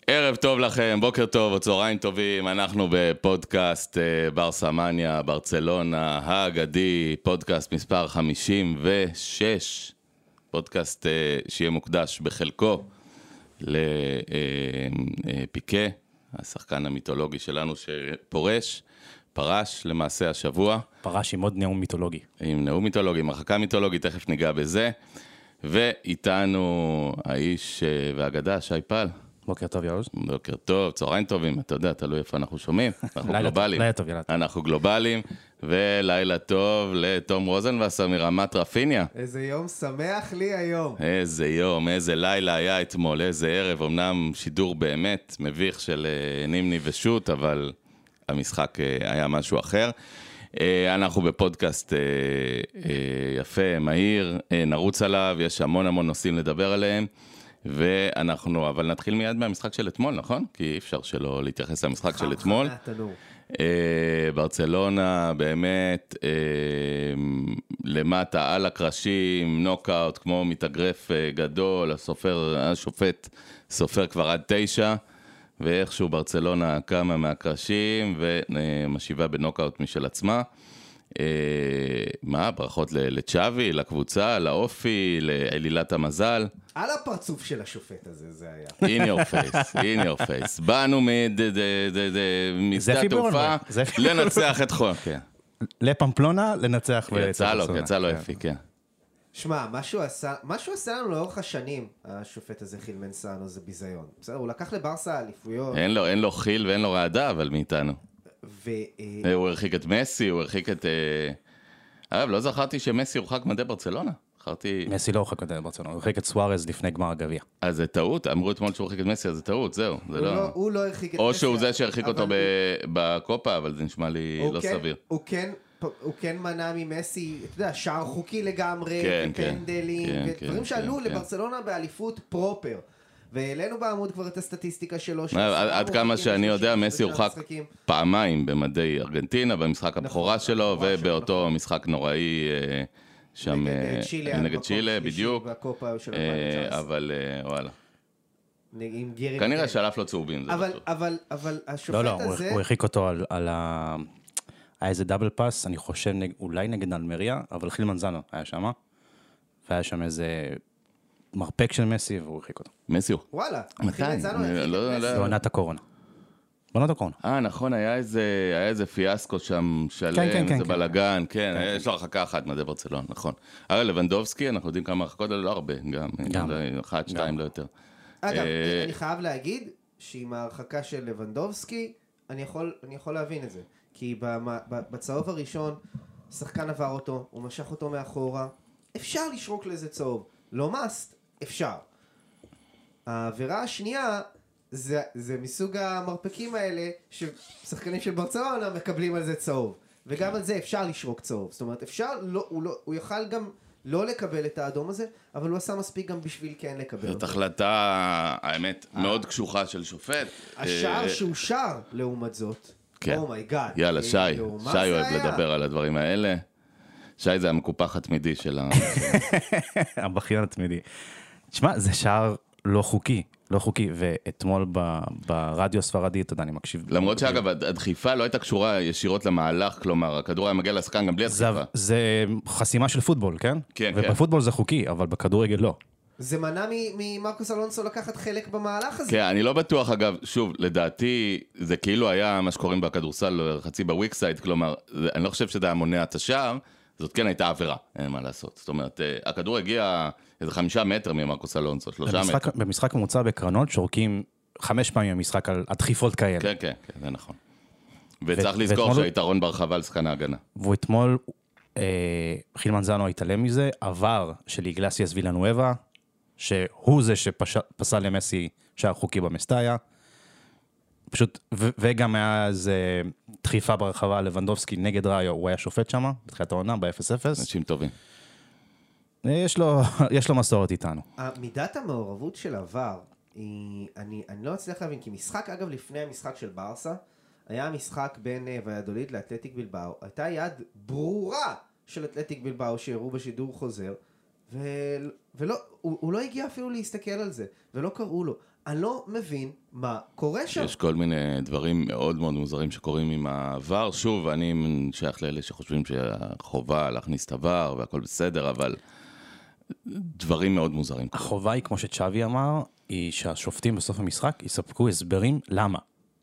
ערב טוב לכם, בוקר טוב או צהריים טובים, אנחנו בפודקאסט ברסה מניה, ברצלונה, האגדי, פודקאסט מספר 56, פודקאסט שיהיה מוקדש בחלקו לפיקה, השחקן המיתולוגי שלנו פרש למעשה השבוע. פרש עם עוד נאום מיתולוגי. עם נאום מיתולוגי, עם הרחקה מיתולוגית, תכף ניגע בזה. ואיתנו האיש והאגדה, שי פל. בוקר טוב, יאוז. בוקר טוב, צהריים טובים, אתה יודע, תלוי איפה אנחנו שומעים. אנחנו גלובליים. לילה טוב, יאללה. אנחנו גלובליים, ולילה טוב לתום רוזנבסר מרמת רפיניה. איזה יום שמח לי היום. איזה יום, איזה לילה היה אתמול, איזה ערב, אמנם שידור באמת מביך של נימני ושות, אבל המשחק היה משהו אחר. אנחנו בפודקאסט יפה, מהיר, נרוץ עליו, יש המון נושאים לדבר עליהם, ואנחנו, אבל נתחיל מיד מהמשחק של אתמול, נכון? כי אי אפשר שלא להתייחס למשחק של אתמול. ברצלונה באמת למטה על הקרשים, נוקאוט כמו מתאגרף גדול, השופט סופר כבר עד 9, ואיכשהו ברצלונה קמה מהקרשים ומשיבה בנוקאוט משל עצמה. ברכות לצ'אבי, לקבוצה, לאופי, לעלילת המזל. על הפרצוף של השופט הזה, זה היה. in your face. באנו משדה התעופה לנצח את חון. לפמפלונה, לנצח. יצא לו יפי, כן. שמע, משהו עשה לנו לאורך השנים, השופט הזה חיל מנסנו, זה ביזיון. בסדר, הוא לקח לברסה אליפויות. אין לו חיל ואין לו רעדה, אבל מאיתנו. הוא הרחיק את מסי, הוא הרחיק את... לא זכרתי שמסי הורחק מדי ברצלונה. מסי לא הורחק מדי ברצלונה, הוא הרחיק את סוארז לפני גמר הגביע. אז זה טעות, אמרו אתמול שהוא הרחיק את מסי, אז זה טעות, זהו. הוא לא הרחיק את מסי. או שהוא זה שהרחיק אותו בקופה, אבל זה נשמע לי לא סביר. הוא כן מנע ממסי, אתה יודע, שער חוקי לגמרי, פנדלים, דברים שעלו לברצלונה באליפות פרופר. והעלינו בעמוד כבר את הסטטיסטיקה שלו. עד כמה שאני יודע, מסי הורחק פעמיים במדי ארגנטינה, במשחק הבכורה שלו, ובאותו משחק נוראי שם נגד צ'ילה, בדיוק. אבל וואלה. כנראה שלף לו צהובים. אבל השופט הזה... הוא הרחיק אותו על היה איזה דאבל פאס, אני חושב אולי נגד אלמריה, אבל חיל מנזנו היה שם, והיה שם איזה... מרפק של מסי, והוא הרחיק אותו. מסי הוא. וואלה. מתי? בעונת הקורונה. בעונת הקורונה. נכון, היה איזה פיאסקו שם שלם, איזה בלגן, כן, יש לו הרחקה אחת מדי ברצלונה, נכון. הרי לבנדובסקי, אנחנו יודעים כמה הרחקות, לא הרבה, גם 1, 2, לא יותר. אגב, אני חייב להגיד שעם ההרחקה של לבנדובסקי, אני יכול להבין את זה. כי בצהוב הראשון, שחקן עבר אותו, הוא משך אותו מאחורה, אפשר לשרוק לזה צהוב. לא מאסט, אפשר. העבירה השנייה, זה מסוג המרפקים האלה, ששחקנים של ברצלונה מקבלים על זה צהוב. וגם על זה אפשר לשרוק צהוב. זאת אומרת, אפשר, הוא יוכל גם לא לקבל את האדום הזה, אבל הוא עשה מספיק גם בשביל כן לקבל. זאת החלטה, האמת, מאוד קשוחה של שופט. השער שהוא שר, לעומת זאת. אומייגאד. יאללה, שי אוהב לדבר על הדברים האלה. שי זה המקופח התמידי של הבכיין התמידי. תשמע, זה שער לא חוקי, ואתמול ברדיו הספרדי, אתה יודע, אני מקשיב. למרות שאגב, הדחיפה לא הייתה קשורה ישירות למהלך, כלומר, הכדור היה מגיע לשחקן גם בלי הדחיפה. זה חסימה של פוטבול, כן? כן. ובפוטבול זה חוקי, אבל בכדורגל לא. זה מנע ממרקוס אלונסו לקחת חלק במהלך הזה. כן, אני לא בטוח, אגב, שוב, לדעתי, זה כאילו היה מה שקוראים בכדורסל, חצי בוויקסייד, כלומר, אני לא חושב שזה היה מונע את השער, זאת כן הייתה עבירה, אין מה לעשות. זאת אומרת, הכדור הגיע איזה 5 מטר ממרקוס אלונסו, 3 מטר. במשחק ממוצע בקרנות שורקים 5 פעמים במשחק על הדחיפות כאלה. כן, זה נכון. וצריך לזכור שהיתרון ברחבה לשחקן ההגנה. ואתמול חיל מנזנו התעלם מזה, עבר של איגלסיאס וילנואבה, שהוא זה שפסל למסי שער חוקי במסטאיה, פשוט, וגם היה איזה דחיפה ברחבה לבנדובסקי נגד ראיו, הוא היה שופט שם, בתחילת העונה, ב-0-0. אנשים טובים. יש לו מסורת איתנו. מידת המעורבות של עבר, אני לא אצליח להבין, כי משחק, אגב, לפני המשחק של ברסה, היה משחק בין ויאדוליד לאתלטיק בלבאו, הייתה יד ברורה של אתלטיק בלבאו שהראו בשידור חוזר, ולא, הוא לא הגיע אפילו להסתכל על זה, ולא קראו לו. אני לא מבין מה קורה שם. יש כל מיני דברים מאוד מאוד מוזרים שקורים עם העבר. שוב, אני שייך לאלה שחושבים שהחובה להכניס את העבר והכל בסדר, אבל דברים מאוד מוזרים. החובה היא, כמו שצ'אבי אמר, היא שהשופטים בסוף המשחק יספקו הסברים למה.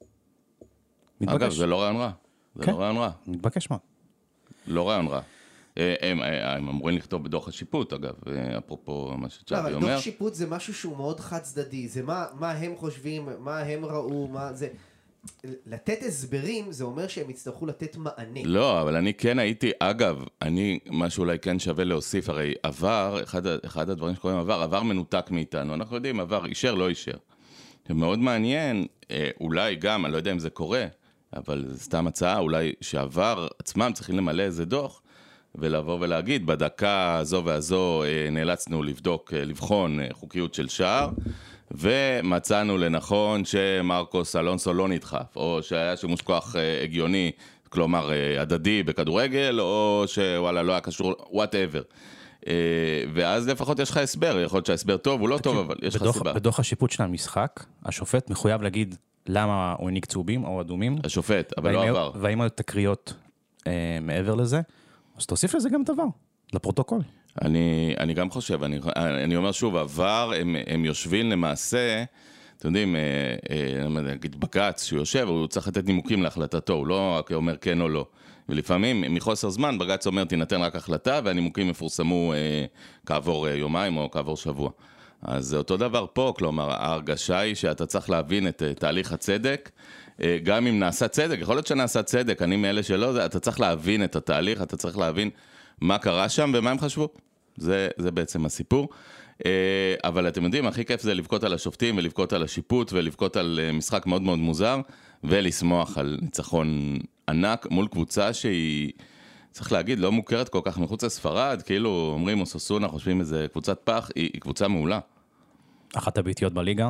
אגב, זה לא רעיון רע. זה לא רעיון רע. מתבקש מה. לא רעיון רע. הם אמורים לכתוב בדוח השיפוט, אגב, אפרופו מה שצ'אבי אומר. דוח שיפוט זה משהו שהוא מאוד חד צדדי, זה מה הם חושבים, מה הם ראו, מה זה... לתת הסברים, זה אומר שהם יצטרכו לתת מענה. לא, אבל אני כן הייתי, אגב, מה שאולי כן שווה להוסיף, הרי עבר, אחד הדברים שקוראים עבר מנותק מאיתנו, אנחנו יודעים, עבר אישר, לא אישר. זה מאוד מעניין, אולי גם, אני לא יודע אם זה קורה, אבל זה סתם הצעה, אולי שעבר עצמם צריכים למלא איזה דוח, ולבוא ולהגיד, בדקה הזו והזו נאלצנו לבחון חוקיות של שער, ומצאנו לנכון שמרקוס אלונסו לא נדחף, או שהיה שימוש כוח הגיוני, כלומר הדדי בכדורגל, או שוואלה לא היה קשור, whatever. ואז לפחות יש לך הסבר, יכול להיות שההסבר טוב, הוא לא טוב, אבל יש לך סיבה. בדוח השיפוט של המשחק, השופט מחויב להגיד למה הוא העניק צהובים או אדומים. השופט, אבל לא עבר. והאם היו תקריות מעבר לזה, אז תוסיף לזה גם דבר, לפרוטוקול. אני גם חושב, אני אומר שוב, עבר, הם יושבים למעשה, אתם יודעים, נגיד בג"ץ שהוא יושב, הוא צריך לתת נימוקים להחלטתו, הוא לא רק אומר כן או לא. ולפעמים, מחוסר זמן, בג"ץ אומר, תינתן רק החלטה, והנימוקים יפורסמו כעבור יומיים או כעבור שבוע. אז זה אותו דבר פה, כלומר, ההרגשה היא שאתה צריך להבין את תהליך הצדק, גם אם נעשה צדק, יכול להיות שנעשה צדק, אני מאלה שלא, אתה צריך להבין את התהליך, אתה צריך להבין מה קרה שם ומה הם חשבו. זה בעצם הסיפור. אבל אתם יודעים, הכי כיף זה לבכות על השופטים ולבכות על השיפוט ולבכות על משחק מאוד מאוד מוזר, ולשמוח על ניצחון ענק מול קבוצה שהיא, צריך להגיד, לא מוכרת כל כך מחוץ לספרד, כאילו אומרים אוסוסונה, חושבים איזה קבוצת פח, היא קבוצה מעולה. אחת הביתיות בליגה,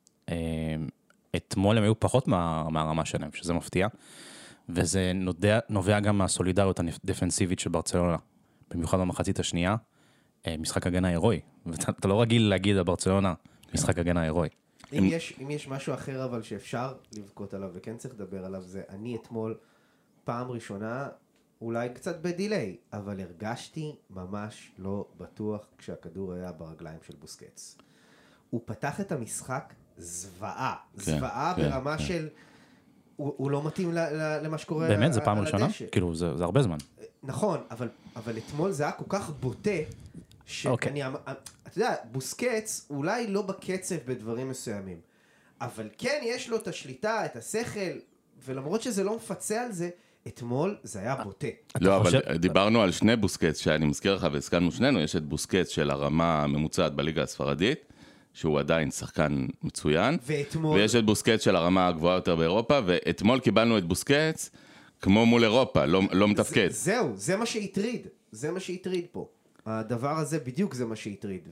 אתמול הם היו פחות מהרמה שלהם, שזה מפתיע, וזה נובע גם מהסולידריות הדפנסיבית של ברצלונה, במיוחד במחצית השנייה, משחק הגנה הירואי, ואתה לא רגיל להגיד על ברצלונה, משחק הגנה הירואי. אם יש משהו אחר אבל שאפשר לבכות עליו וכן צריך לדבר עליו, זה אני אתמול פעם ראשונה, אולי קצת בדיליי, אבל הרגשתי ממש לא בטוח כשהכדור היה ברגליים של בוסקץ. הוא פתח את המשחק זוועה, זוועה ברמה של, הוא לא מתאים למה שקורה על הדשא. באמת, זה פעם ראשונה? כאילו, זה הרבה זמן. נכון, אבל אתמול זה היה כל כך בוטה, שאני, אתה יודע, בוסקץ אולי לא בקצב בדברים מסוימים, אבל כן יש לו את השליטה, את השכל, ולמרות שזה לא מפצה על זה, אתמול זה היה בוטה. לא, אבל דיברנו על שני בוסקץ, שאני מזכיר לך והזכרנו שנינו, יש את בוסקץ של הרמה הממוצעת בליגה הספרדית, שהוא עדיין שחקן מצוין, ויש את בוסקץ של הרמה הגבוהה יותר באירופה, ואתמול קיבלנו את בוסקץ כמו מול אירופה, לא מתפקד. זהו, זה מה שהטריד, זה מה שהטריד פה. הדבר הזה בדיוק זה מה שהטריד,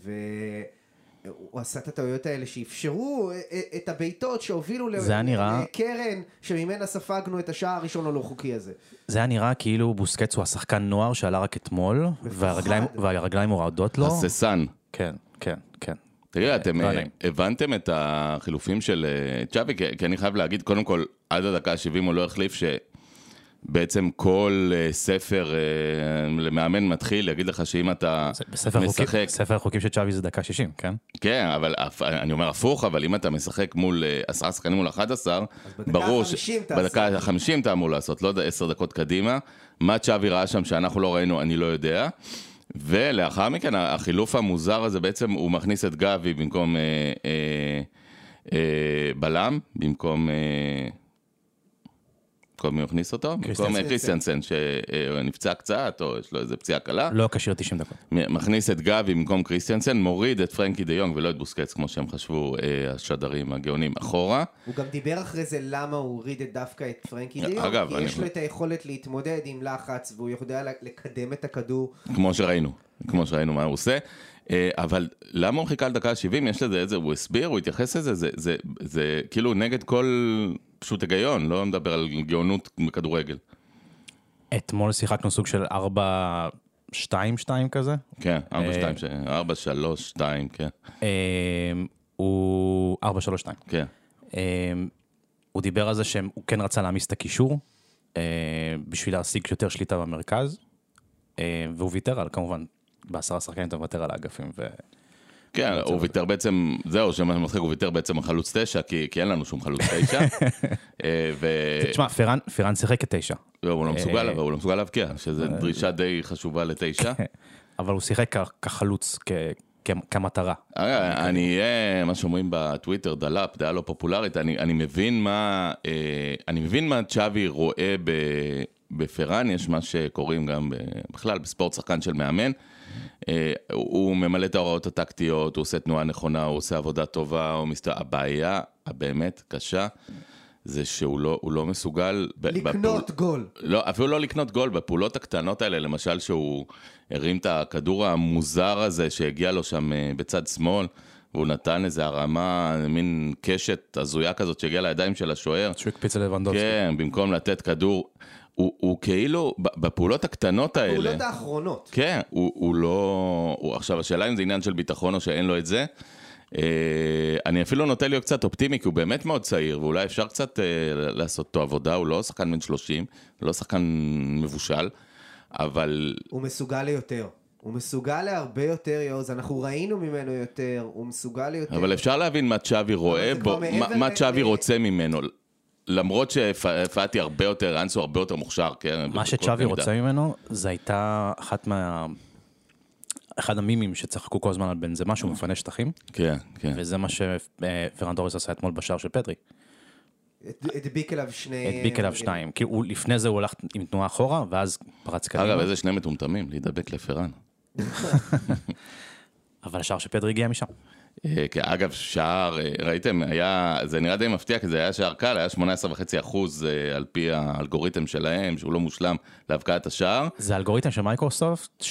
הוא עשה את הטעויות האלה שאפשרו את הביתות שהובילו לקרן שממנה ספגנו את השער הראשון הלא חוקי הזה. זה היה נראה כאילו בוסקץ הוא השחקן נוער שעלה רק אתמול, והרגליים הורדות לו. הססן. כן, כן, כן. תראה, אתם הבנתם את החילופים של צ'אבי, כי אני חייב להגיד, קודם כל, עד הדקה 70 הוא לא החליף בעצם כל ספר למאמן מתחיל, יגיד לך שאם אתה משחק... ספר החוקים של צ'אבי זה דקה 60, כן? כן, אבל אני אומר הפוך, אבל אם אתה משחק מול 10 שחקנים מול 11, ברור שבדקה 50 אתה אמור לעשות, לא 10 דקות קדימה. מה צ'אבי ראה שם שאנחנו לא ראינו, אני לא יודע. ולאחר מכן, החילוף המוזר הזה בעצם הוא מכניס את גבי במקום בלם, במקום... מי הכניס אותו? במקום קריסטיאנסן, שנפצע קצת, או יש לו איזה פציעה קלה. לא קשיר 90 דקות. מכניס את גבי במקום קריסטיאנסן, מוריד את פרנקי דה יונג, ולא את בוסקץ, כמו שהם חשבו השדרים הגאונים אחורה. הוא גם דיבר אחרי זה למה הוא הוריד דווקא את פרנקי דה יונג, כי יש לו את היכולת להתמודד עם לחץ, והוא יודע לקדם את הכדור. כמו שראינו מה הוא עושה. אבל למה הוא חיכה על דקה 70? יש לזה איזה, הוא הסביר, הוא התייחס לזה, זה כאילו נגד כל פשוט היגיון, לא מדבר על גאונות בכדורגל. אתמול שיחקנו סוג של 4-2-2 כזה? כן, 4-3-2, כן. הוא 4-3-2. כן. הוא דיבר על זה שהוא כן רצה להעמיס את הקישור, בשביל להשיג יותר שליטה במרכז, והוא ויתר על, כמובן, ב10 שחקנים אתה מוותר על האגפים. כן, הוא ויתר בעצם, זהו, שמה שמצחיק, הוא ויתר בעצם על חלוץ 9, כי אין לנו שום חלוץ 9. תשמע, פירן שיחק כ9. הוא לא מסוגל להבקיע, שזו דרישה די חשובה ל9. אבל הוא שיחק כחלוץ, כמטרה. אני אהיה, מה שאומרים בטוויטר, דלאפ, דעה לא פופולרית, אני מבין מה צ'אבי רואה בפירן, יש מה שקוראים גם בכלל בספורט שחקן של מאמן, הוא ממלא את ההוראות הטקטיות, הוא עושה תנועה נכונה, הוא עושה עבודה טובה, הבעיה הבאמת קשה, זה שהוא לא מסוגל... לקנות גול. לא, אפילו לא לקנות גול, בפעולות הקטנות האלה, למשל שהוא הרים את הכדור המוזר הזה שהגיע לו שם בצד שמאל, והוא נתן איזו הרמה, מין קשת הזויה כזאת שהגיעה לידיים של השוער. שהוא הקפיץ לוונדובסקי. כן, במקום לתת כדור, הוא כאילו, בפעולות הקטנות האלה... בפעולות האחרונות. כן, הוא לא... עכשיו, השאלה אם זה עניין של ביטחון או שאין לו את זה, אני אפילו נוטה להיות קצת אופטימי, כי הוא באמת מאוד צעיר, ואולי אפשר קצת לעשות אותו עבודה, הוא לא שחקן בן 30, לא שחקן מבושל, אבל... הוא מסוגל ליותר. הוא מסוגל להרבה יותר, יוז, אנחנו ראינו ממנו יותר, הוא מסוגל ליותר. אבל אפשר להבין מה צ'אבי רואה בו, מה צ'אבי רוצה ממנו, למרות שפעתי הרבה יותר, אנסו הרבה יותר מוכשר, כן? מה שצ'אבי רוצה ממנו, זה הייתה אחד המימים שצחקו כל הזמן על בן זה משהו מפנה שטחים. כן, כן. וזה מה שפרן תוריס עשה אתמול בשער של פדרי. הדביק אליו שניים. כי לפני זה הוא הולך עם תנועה אחורה, ואז פרץ קדימה. אגב, איזה שני מטומטמים, להידבק לפרן. אבל השער של פדרי הגיע משם. אגב, שער, ראיתם, זה נראה די מפתיע, כי זה היה שער קל, היה 18.5% על פי האלגוריתם שלהם, שהוא לא מושלם להבקעת השער. זה האלגוריתם של מייקרוסופט,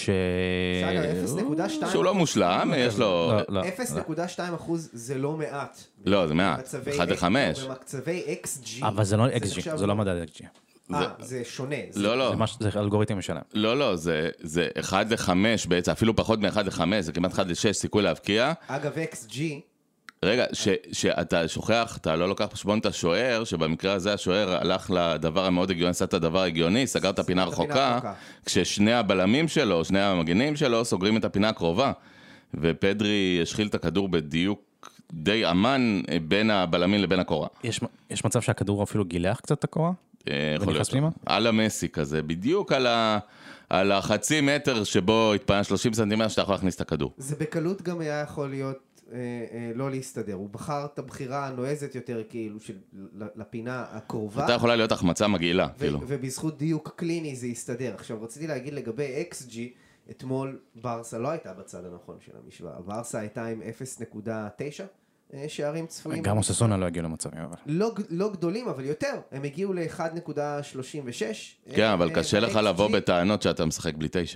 שהוא לא מושלם, יש לו... 0.2% זה לא מעט. לא, זה מעט, 1-5. במצבי XG. אבל זה לא XG, זה לא מדד XG. זה שונה. לא. זה אלגוריתם משלם. לא, זה 1-5 בעצם, אפילו פחות מ-1-5, זה כמעט 1-6 סיכוי להבקיע. אגב, XG... רגע, שאתה שוכח, אתה לא לוקח פשבון את השוער, שבמקרה הזה השוער הלך לדבר המאוד הגיוני, עשה את הדבר הגיוני, סגר את הפינה הרחוקה, כששני הבלמים שלו, שני המגנים שלו, סוגרים את הפינה הקרובה, ופדרי השחיל את הכדור בדיוק די אמן בין הבלמים לבין הקורה. יש מצב שהכדור אפילו גילח קצת את הקורה? יכול להיות, על המסי כזה, בדיוק על החצי מטר שבו התפנה 30 סנטימטר שאתה יכול להכניס את הכדור. זה בקלות גם היה יכול להיות לא להסתדר, הוא בחר את הבחירה הנועזת יותר כאילו לפינה הקרובה. אתה יכולה להיות החמצה מגעילה. ובזכות דיוק קליני זה יסתדר. עכשיו רציתי להגיד לגבי XG, אתמול ברסה לא הייתה בצד הנכון של המשוואה, ברסה הייתה עם 0.9 שערים צפויים. גם אוססונה לא הגיעו למצבים, אבל. לא גדולים, אבל יותר. הם הגיעו ל-1.36. כן, אבל קשה לך לבוא בטענות שאתה משחק בלי 9.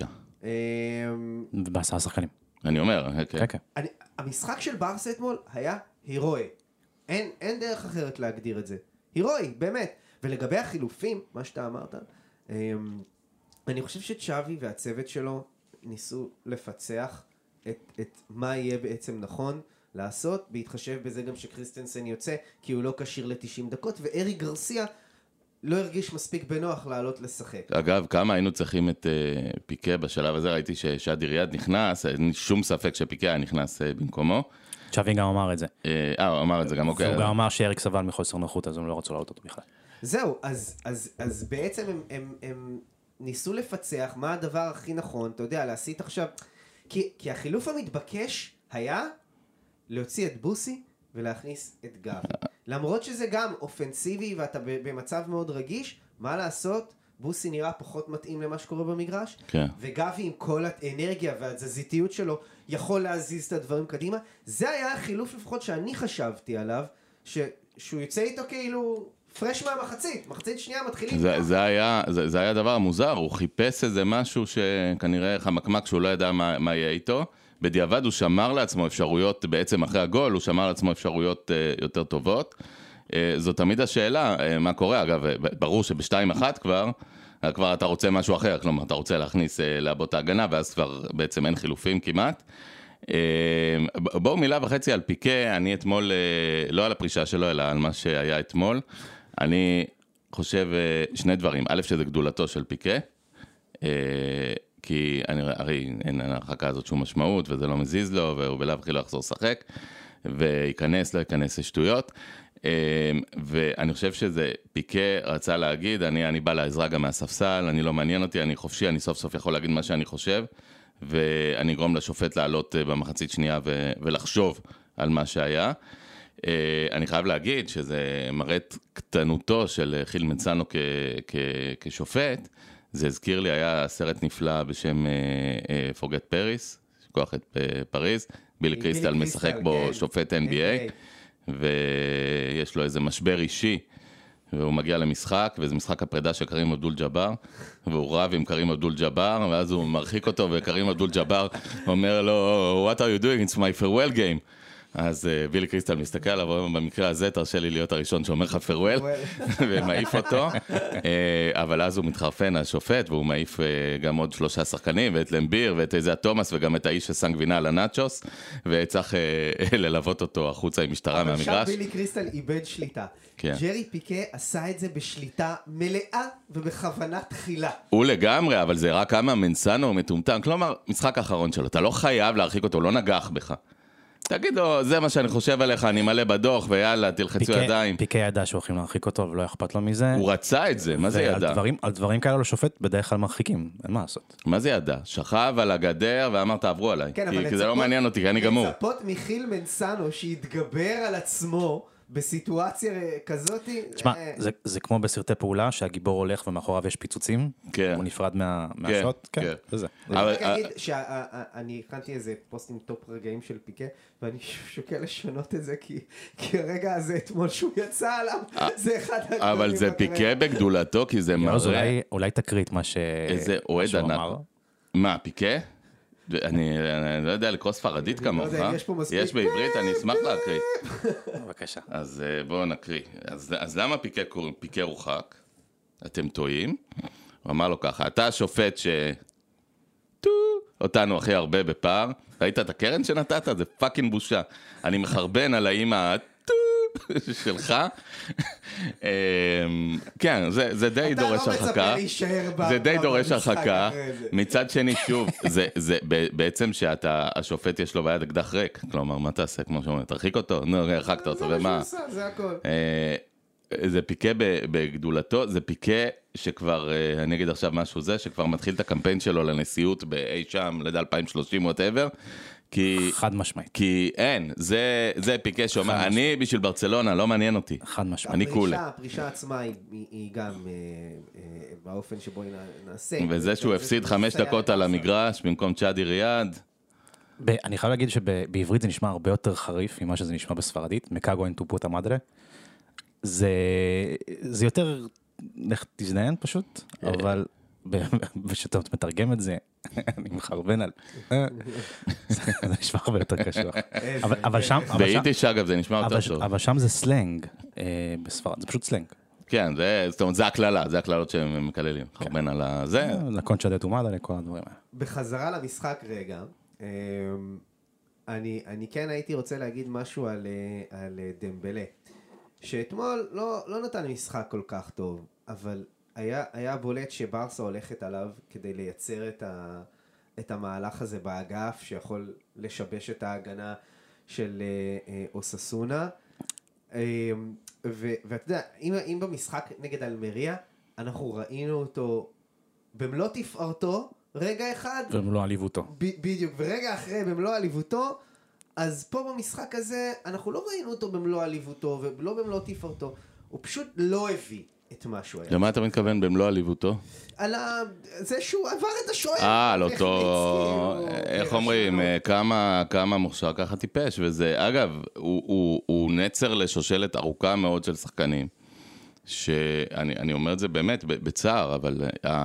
ב10 שחקנים. אני אומר, כן. המשחק של ברסה אתמול היה הירואי. אין דרך אחרת להגדיר את זה. הירואי, באמת. ולגבי החילופים, מה שאתה אמרת, אני חושב שצ'אבי והצוות שלו ניסו לפצח את מה יהיה בעצם נכון לעשות, בהתחשב בזה גם שקריסטנסן יוצא, כי הוא לא קשיר ל-90 דקות, וארי גרסיה לא הרגיש מספיק בנוח לעלות לשחק. אגב, כמה היינו צריכים את פיקה בשלב הזה, ראיתי ששאדי ריאד נכנס, אין שום ספק שפיקה היה נכנס במקומו. צ'אבי גם אמר את זה. הוא אמר את זה גם, אוקיי. הוא גם אמר שאריק סבל מחוסר נוחות, אז הם לא רצו לעלות אותו בכלל. זהו, אז בעצם הם ניסו לפצח מה הדבר הכי נכון, אתה יודע, להסיט עכשיו, כי החילוף המתבקש היה להוציא את בוסי ולהכניס את גבי. למרות שזה גם אופנסיבי ואתה במצב מאוד רגיש, מה לעשות? בוסי נראה פחות מתאים למה שקורה במגרש, וגבי עם כל האנרגיה והתזזיתיות שלו יכול להזיז את הדברים קדימה. זה היה החילוף לפחות שאני חשבתי עליו, שהוא יוצא איתו כאילו פרש מהמחצית, מחצית שנייה מתחילים. זה היה דבר מוזר, הוא חיפש איזה משהו שכנראה חמקמק שהוא לא ידע מה יהיה איתו. בדיעבד הוא שמר לעצמו אפשרויות, בעצם אחרי הגול, הוא שמר לעצמו אפשרויות יותר טובות. זו תמיד השאלה, מה קורה? אגב, ברור שב-2-1 כבר אתה רוצה משהו אחר, כלומר, אתה רוצה להכניס לעבוד את ההגנה, ואז כבר בעצם אין חילופים כמעט. בואו מילה וחצי על פיקה, אני אתמול, לא על הפרישה שלו, אלא על מה שהיה אתמול. אני חושב שני דברים, א' שזה גדולתו של פיקה, כי הרי אין ההרחקה הזאת שום משמעות, וזה לא מזיז לו, והוא בלאו הכי לא יחזור לשחק, וייכנס, לא ייכנס לשטויות. ואני חושב שזה פיקה רצה להגיד, אני בא לעזרה גם מהספסל, אני לא מעניין אותי, אני חופשי, אני סוף סוף יכול להגיד מה שאני חושב, ואני אגרום לשופט לעלות במחצית שנייה ולחשוב על מה שהיה. אני חייב להגיד שזה מראה את קטנותו של חיל מנצנו כשופט, זה הזכיר לי, היה סרט נפלא בשם Forget Paris, שכוח את פריז, בילי קריסטל משחק בו שופט NBA, ויש לו איזה משבר אישי, והוא מגיע למשחק, וזה משחק הפרידה של קרים אבדול ג'אבר, והוא רב עם קרים אבדול ג'אבר, ואז הוא מרחיק אותו, וקרים אבדול ג'אבר אומר לו, What are you doing? It's my farewell game. אז בילי קריסטל מסתכל עליו, במקרה הזה תרשה לי להיות הראשון שאומר לך farewell, ומעיף אותו, אבל אז הוא מתחרפן השופט, והוא מעיף גם עוד 3 שחקנים, ואת למביר, ואת איזה תומאס, וגם את האיש שסנג גבינה על הנאצ'וס, וצריך ללוות אותו החוצה עם משטרה מהמגרש. אבל שם בילי קריסטל איבד שליטה. ג'רי פיקה עשה את זה בשליטה מלאה ובכוונה תחילה. הוא לגמרי, אבל זה רק כמה מנסנו מטומטם, כלומר, משחק האחרון שלו, אתה לא חייב להרחיק אותו, לא נגח בך. תגיד לו, זה מה שאני חושב עליך, אני מלא בדוח, ויאללה, תלחצו ידיים. פיקה ידע שהולכים להרחיק אותו, ולא אכפת לו מזה. הוא רצה את זה, מה זה ידע? על דברים כאלה לשופט בדרך כלל מרחיקים, אין מה לעשות. מה זה ידע? שכב על הגדר ואמר, תעברו עליי. כי זה לא מעניין אותי, כי אני גמור. לצפות מחיל מנסנו שיתגבר על עצמו בסיטואציה כזאת. תשמע, זה כמו בסרטי פעולה, שהגיבור הולך ומאחוריו יש פיצוצים, הוא נפרד מהשוט, כן, זה. אני רק אגיד שאני הכנתי איזה פוסט עם טופ רגעים של פיקה, ואני שוקל לשנות את זה, כי הרגע הזה אתמול שהוא יצא עליו, זה אחד הדברים. אבל זה פיקה בגדולתו, כי זה מראה... אולי תקריא את מה שהוא אמר. מה, פיקה? אני לא יודע לקרוא ספרדית כמוך, יש בעברית, אני אשמח להקריא. בבקשה. אז בואו נקריא. אז למה פיקה רוחק? אתם טועים. הוא אמר לו ככה, אתה השופט אותנו הכי הרבה בפער, ראית את הקרן שנתת? זה פאקינג בושה. אני מחרבן על האמא שלך. כן, זה די דורש הרחקה. זה די דורש הרחקה. מצד שני, שוב, זה בעצם שהשופט יש לו ביד אקדח ריק. כלומר, מה תעשה? כמו שאומר, תרחיק אותו? נו, הרחקת אותו, ומה? זה הכל. זה פיקה בגדולתו, זה פיקה שכבר, אני אגיד עכשיו משהו זה, שכבר מתחיל את הקמפיין שלו לנשיאות באי שם, לדע 2030 whatever, חד משמעית. כי אין, זה פיקה שאומר, אני בשביל ברצלונה, לא מעניין אותי. חד משמעית. אני קולה. הפרישה עצמה היא גם באופן שבו היא נעשה. וזה שהוא הפסיד 5 דקות על המגרש במקום צ'אדי ריאד. אני חייב להגיד שבעברית זה נשמע הרבה יותר חריף ממה שזה נשמע בספרדית, מקאגו אין טו פוטה מדרה. זה יותר, לך תזדיין פשוט, אבל כשאתה מתרגם את זה, אני מחרבן על... זה נשמע הרבה יותר קשוח. אבל שם... ביידיש אגב זה נשמע יותר טוב. אבל שם זה סלנג בספרד, זה פשוט סלנג. כן, זאת אומרת, זה הכללה, זה הכללות שהם מקללים, חרבן על זה. לקונצ'ה דה טומאדה, לכל הדברים האלה. בחזרה למשחק רגע, אני כן הייתי רוצה להגיד משהו על דמבלה. שאתמול לא נתן משחק כל כך טוב, אבל היה בולט שברסה הולכת עליו כדי לייצר את המהלך הזה באגף, שיכול לשבש את ההגנה של אוססונה. ואתה יודע, אם במשחק נגד אלמריה, אנחנו ראינו אותו במלוא תפארתו, רגע אחד. במלוא עליבותו. בדיוק, ורגע אחרי במלוא עליבותו, אז פה במשחק הזה, אנחנו לא ראינו אותו במלוא עליבותו, ולא במלוא תפארתו. הוא פשוט לא הביא את מה שהוא היה. למה אתה מתכוון במלוא עליבותו? על זה שהוא עבר את השוער. על אותו, איך אומרים, כמה מוכשר ככה טיפש, וזה, אגב, הוא נצר לשושלת ארוכה מאוד של שחקנים, שאני אומר את זה באמת בצער, אבל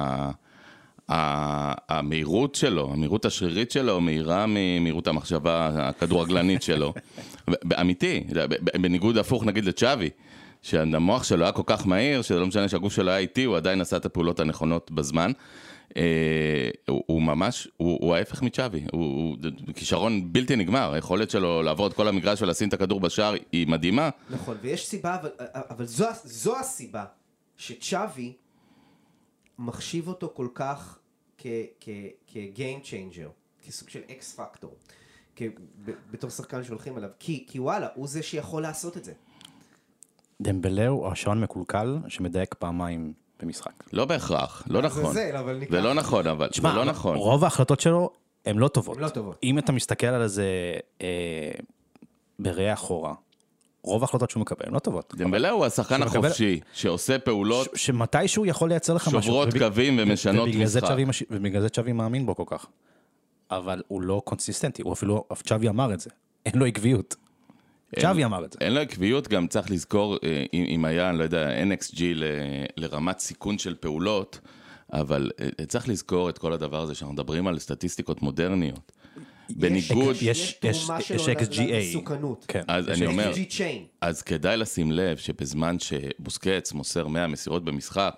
המהירות שלו, המהירות השרירית שלו, מהירה ממהירות המחשבה הכדורגלנית שלו. אמיתי, בניגוד הפוך נגיד לצ'אבי, שהמוח שלו היה כל כך מהיר, שזה לא משנה שהגוף שלו היה איטי, הוא עדיין עשה את הפעולות הנכונות בזמן. הוא ממש, הוא ההפך מצ'אבי, הוא כישרון בלתי נגמר, היכולת שלו לעבור את כל המגרש ולשים את הכדור בשער היא מדהימה. נכון, ויש סיבה, אבל זו הסיבה שצ'אבי מחשיב אותו כל כך כ-game changer, כסוג של אקס פקטור, בתור שחקן שהולכים עליו, כי וואלה, הוא זה שיכול לעשות את זה. דמבלה הוא השעון מקולקל שמדייק פעמיים במשחק. לא בהכרח, לא נכון. זה לא נכון, אבל זה לא נכון. רוב ההחלטות שלו הן לא טובות. הן לא טובות. אם אתה מסתכל על זה בראי אחורה, רוב ההחלטות שהוא מקבל הן לא טובות. דמבלה הוא השחקן החופשי, שעושה פעולות שמתישהו יכול לייצר לך משהו. שוברות קווים ומשנות משחק. ובגלל זה צ'אבי מאמין בו כל כך. אבל הוא לא קונסיסטנטי, הוא אפילו, צ'אבי אמר את זה. אין לו עקביות. צ'אבי אמר את זה. אין לו עקביות, גם צריך לזכור, אם היה, אני לא יודע, NXG לרמת סיכון של פעולות, אבל צריך לזכור את כל הדבר הזה, שאנחנו מדברים על סטטיסטיקות מודרניות. בניגוד... יש תרומה שלו למסוכנות. אז אני אומר, אז כדאי לשים לב שבזמן שבוסקץ מוסר 100 מסירות במשחק,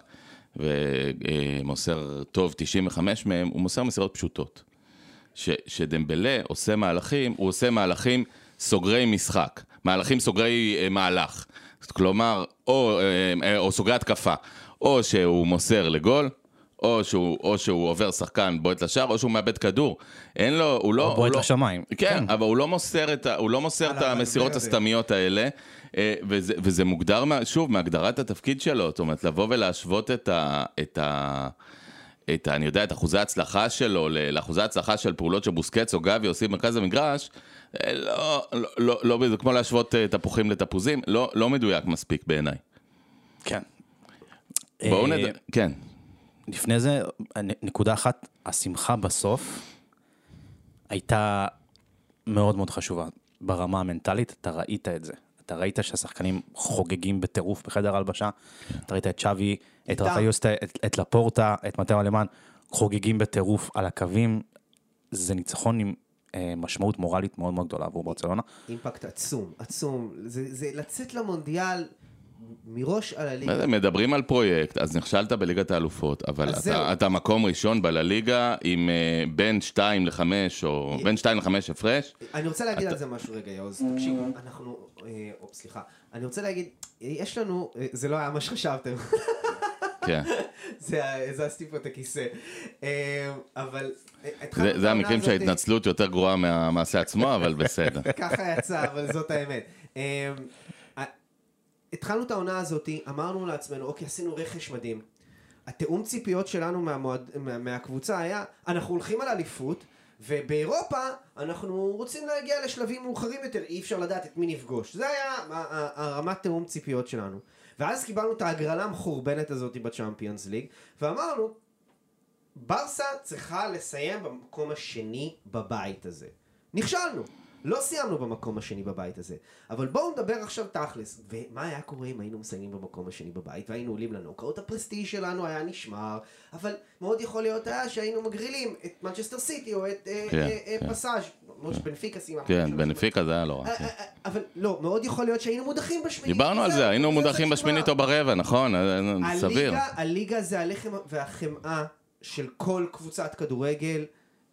ומוסר טוב 95 מהם, הוא מוסר מסירות פשוטות. שדמבלה עושה מהלכים, הוא עושה מהלכים סוגרי משחק, מהלכים סוגרי מהלך, כלומר, או סוגרי התקפה, או שהוא מוסר לגול, או שהוא עובר שחקן בועט לשער, או שהוא מאבד כדור. אין לו, הוא לא... או בועט לשמיים. כן, אבל הוא לא מוסר את המסירות הסתמיות האלה, וזה מוגדר, שוב, מהגדרת התפקיד שלו, זאת אומרת, לבוא ולהשוות אני יודע, את אחוזי ההצלחה שלו, לאחוזי ההצלחה של פעולות שבוסקץ או גבי עושים במרכז המגרש, לא, זה כמו להשוות תפוחים לתפוזים, לא מדויק מספיק בעיניי. כן. בואו נדע, כן. לפני זה, נקודה אחת, השמחה בסוף הייתה מאוד מאוד חשובה. ברמה המנטלית, אתה ראית את זה. אתה ראית שהשחקנים חוגגים בטירוף בחדר הלבשה, אתה ראית את צ'אבי, את רפאיוסטה, את לפורטה, את מתאו אלמן, חוגגים בטירוף על הקווים, זה ניצחון עם משמעות מורלית מאוד מאוד גדולה עבור ברצלונה. אימפקט עצום, זה לצאת למונדיאל מראש על הליגה. מדברים על פרויקט, אז נכשלת בליגת האלופות, אבל אתה מקום ראשון בליגה עם בין 2 ל-5 או בין 2 ל-5 הפרש. אני רוצה להגיד על זה משהו רגע, יוז. תקשיב, סליחה. אני רוצה להגיד, יש לנו, זה לא היה מה שחשבתם. כן. זה הסטיפו את הכיסא. אבל... זה המקרים שההתנצלות יותר גרועה מהמעשה עצמו, אבל בסדר. ככה יצא, אבל זאת האמת. התחלנו את העונה הזאת, אמרנו לעצמנו, אוקיי, עשינו רכש מדהים. התאום ציפיות שלנו מהקבוצה היה, אנחנו הולכים על אליפות, ובאירופה אנחנו רוצים להגיע לשלבים מאוחרים יותר, אי אפשר לדעת את מי נפגוש. זה היה הרמת תאום ציפיות שלנו. ואז קיבלנו את ההגרלה המחורבנת הזאת בצ'אמפיונס ליג, ואמרנו, ברסה צריכה לסיים במקום השני בבית הזה. נכשלנו. לא סיימנו במקום השני בבית הזה, אבל בואו נדבר עכשיו תכלס, ומה היה קורה אם היינו מסיימים במקום השני בבית, והיינו עולים לנוקאוט, הפרסטיז' שלנו היה נשמר, אבל מאוד יכול להיות שהיינו מגרילים את מנצ'סטר סיטי או את פסאז', מאוד שבנפיקה סיימה. כן, בנפיקה זה היה לא רע. אבל לא, מאוד יכול להיות שהיינו מודחים בשמינית. דיברנו על זה, היינו מודחים בשמינית או ברבע, נכון, סביר. הליגה זה הלחם והחמאה של כל קבוצת כדורגל,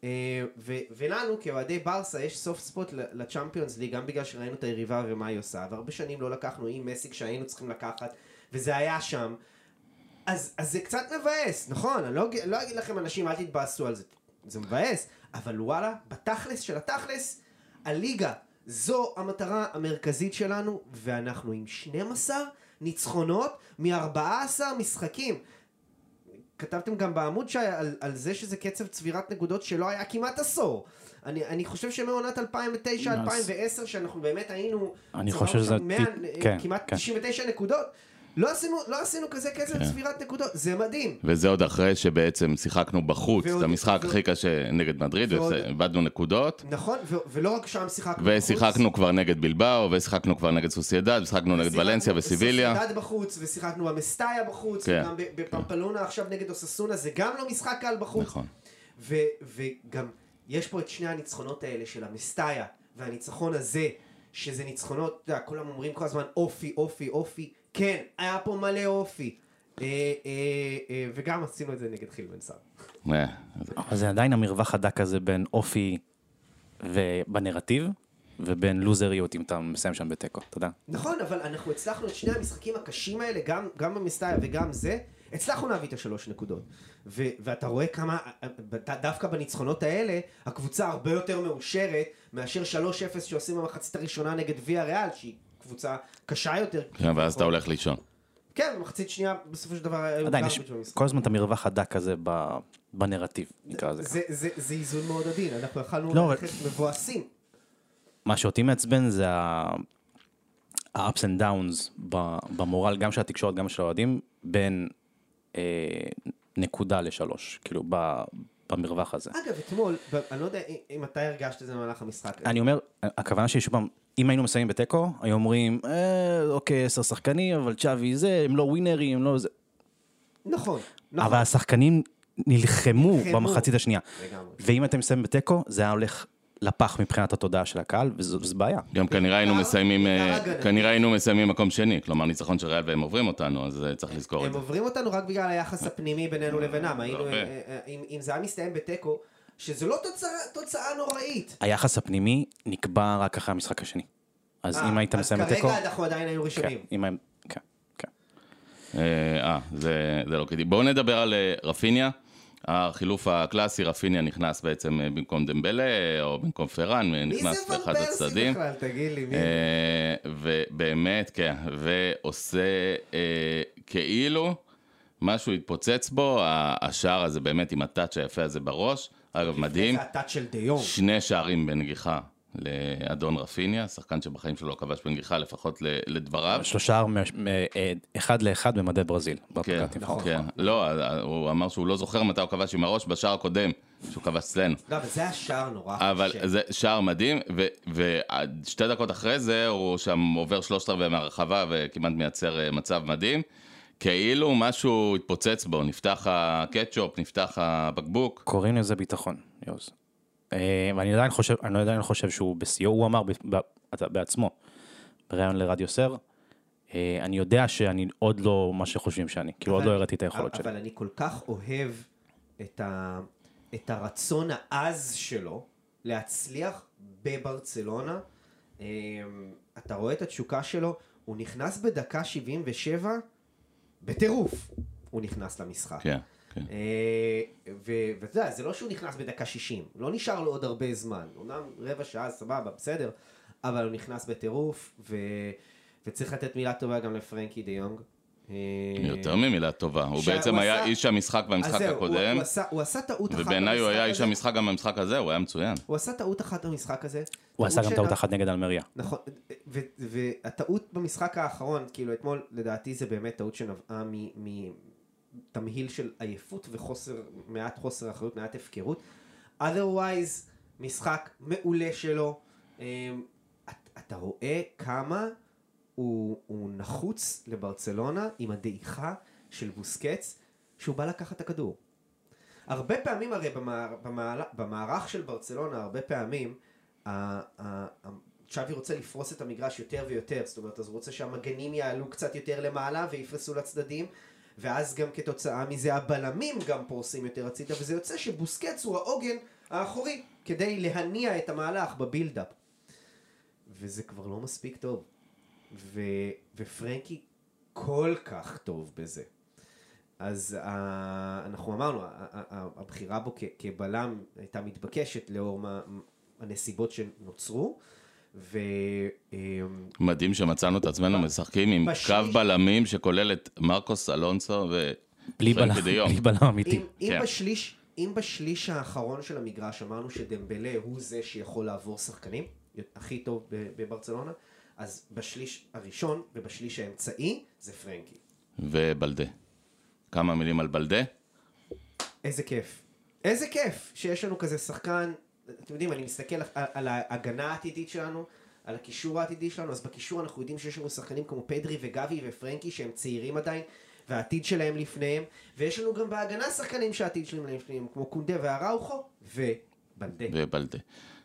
ולנו כאוהדי ברסה יש סופט ספוט לצ'אמפיונס ליג, גם בגלל שראינו את היריבה ומה היא עושה, והרבה שנים לא לקחנו עם מסיק שהיינו צריכים לקחת, וזה היה שם. אז זה קצת מבאס, נכון? אני לא אגיד לכם אנשים אל תתבאסו על זה, זה מבאס, אבל וואלה, בתכלס של התכלס, הליגה זו המטרה המרכזית שלנו, ואנחנו עם 12 ניצחונות מ-14 משחקים. כתבתם גם בעמוד על זה שזה קצב צבירת נקודות שלא היה כמעט עשור. אני חושב שמעונת 2009-2010 שאנחנו באמת היינו כמעט 99 נקודות, לא עשינו כזה קצב צבירת נקודות, זה מדהים. וזה עוד אחרי שבעצם שיחקנו בחוץ, את המשחק הכי קשה נגד מדריד, ועבדנו נקודות. נכון, ולא רק שם שיחקנו בחוץ. ושיחקנו כבר נגד בלבאו, ושיחקנו כבר נגד סוסיידד, ושיחקנו נגד ולנסיה וסיביליה. סוסיידד בחוץ, ושיחקנו במסטאיה בחוץ, וגם בפמפלונה עכשיו נגד אוססונה, זה גם לא משחק קל בחוץ. נכון. וגם יש פה את שני הניצחונות האלה של המסטאיה, והניצחון הזה, שזה ניצחונות, כולם אומרים כל הזמן אופי, אופי, אופי, כן, היה פה מלא אופי. וגם עשינו את זה נגד חילמנסר. אבל זה עדיין המרווח הדק הזה בין אופי ובנרטיב, ובין לוזריות אם אתה מסיים שם בטקו, אתה יודע. נכון, אבל אנחנו הצלחנו את שני המשחקים הקשים האלה, גם במסטאיה וגם זה, הצלחנו להביא את 3 נקודות. ואתה רואה כמה, דווקא בניצחונות האלה, הקבוצה הרבה יותר מאושרת, מאשר 3-0 שעושים במחצית הראשונה נגד ויה ריאל, שהיא קבוצה קשה יותר. כן, ואז אתה הולך לישון. כן, במחצית שנייה, בסופו של דבר, עדיין, יש כל הזמן את המרווח הדק הזה בנרטיב, נקרא לזה. זה איזון מאוד עדין, אנחנו יכולנו ללכת מבואסים. מה שאותי מעצבן זה ה-ups and downs במורל, גם של התקשורת, גם של האוהדים, בין נקודה ל3, כאילו במרווח הזה. אגב, אתמול, אני לא יודע אם אתה הרגשת את זה במהלך המשחק. אני אומר, הכוונה שלי שוב פעם, אם היינו מסיימים בטקו, היו אומרים, אוקיי, 10 שחקנים, אבל צ'אבי זה, הם לא ווינרים, הם לא זה. נכון. אבל השחקנים נלחמו במחצית השנייה. ואם אתם מסיימים בטקו, זה היה הולך לפח מבחינת התודעה של הקהל, וזו בעיה. גם כנראה היינו מסיימים מקום שני, כלומר ניצחון של ריאל והם עוברים אותנו, אז צריך לזכור את זה. הם עוברים אותנו רק בגלל היחס הפנימי בינינו לבינם. אם זה היה מסתיים בטקו, שזו לא תוצאה נוראית. היחס הפנימי נקבע רק אחרי המשחק השני. אז אם היית מסיים בטקו... אז כרגע אנחנו עדיין היינו ראשונים. זה לא כדי. בואו נדבר על רפיניה. החילוף הקלאסי, רפיניה נכנס בעצם במקום דמבלה, או במקום פרן, נכנס באחד הצדדים. מי זה ון פרסי בכלל? תגיד לי, מי? ובאמת, כן, ועושה כאילו משהו התפוצץ בו, השער הזה באמת עם הטאץ' היפה הזה בראש, אגב מדהים. זה הטאץ' של דיון. 2 שערים בנגיחה לאדון רפיניה, שחקן שבחיים שלו כבש בנגיחה, לפחות לדבריו. 3 שער 1-1 במדי ברזיל. כן, כן. לא, הוא אמר שהוא לא זוכר מתי הוא כבש עם הראש בשער הקודם, שהוא כבש אצלנו. לא, אבל זה השער נורא. אבל זה שער מדהים, ו2 דקות אחרי זה, הוא שם עובר 3/4 מהרחבה, וכמעט מייצר מצב מדהים. כאילו משהו התפוצץ בו, נפתח הקטשופ, נפתח הבקבוק. קוראים לזה ביטחון, יוז. ואני עדיין חושב שהוא בסיור, הוא אמר בעצמו, בראיון לרדיו סר, אני יודע שאני עוד לא מה שחושבים שאני, כאילו עוד לא הראיתי את היכולות שלי. אבל אני כל כך אוהב את הרצון העז שלו להצליח בברצלונה. אתה רואה את התשוקה שלו, הוא נכנס בדקה 77, בטירוף הוא נכנס למשחק. כן. ואתה יודע, זה לא שהוא נכנס בדקה 60, לא נשאר לו עוד הרבה זמן, אומנם רבע שעה, סבבה, בסדר, אבל הוא נכנס בטירוף, וצריך לתת מילה טובה גם לפרנקי דה יונג. יותר ממילה טובה, הוא בעצם היה איש המשחק במשחק הקודם, הוא עשה טעות אחת ובעיניי הוא היה איש המשחק גם במשחק הזה, הוא היה מצוין. הוא עשה טעות אחת במשחק הזה. הוא עשה גם טעות אחת נגד אלמריה. נכון, והטעות במשחק האחרון, כאילו אתמול, לדעתי זה באמת טעות שנבעה תמהיל של עייפות וחוסר, מעט חוסר אחריות, מעט הפקרות. otherwise, משחק מעולה שלו. אתה רואה כמה הוא נחוץ לברצלונה עם הדעיכה של בוסקץ, שהוא בא לקחת את הכדור. הרבה פעמים הרי במערך של ברצלונה, הרבה פעמים, צ'אבי רוצה לפרוס את המגרש יותר ויותר, זאת אומרת, אז הוא רוצה שהמגנים יעלו קצת יותר למעלה ויפרסו לצדדים, ואז גם כתוצאה מזה הבלמים גם פורסים יותר הצידה, וזה יוצא שבוסקץ הוא העוגן האחורי כדי להניע את המהלך בבילדאפ. וזה כבר לא מספיק טוב. ופרנקי כל כך טוב בזה. אז אנחנו אמרנו, הבחירה בו כבלם הייתה מתבקשת לאור הנסיבות שנוצרו, מדהים שמצאנו את עצמנו משחקים עם קו בלמים שכולל את מרקוס אלונסו ופרנקי דה יונג. בלי בלם אמיתי. אם בשליש האחרון של המגרש אמרנו שדמבלה הוא זה שיכול לעבור שחקנים, הכי טוב בברצלונה, אז בשליש הראשון ובשליש האמצעי זה פרנקי. ובלדה. כמה מילים על בלדה? איזה כיף. איזה כיף שיש לנו כזה שחקן. אתם יודעים, אני מסתכל על ההגנה העתידית שלנו, על הקישור העתידי שלנו, אז בקישור אנחנו יודעים שיש לנו שחקנים כמו פדרי וגבי ופרנקי שהם צעירים עדיין, והעתיד שלהם לפניהם, ויש לנו גם בהגנה שחקנים שהעתיד שלהם לפניהם, כמו קונדה והראוכו ובלדה.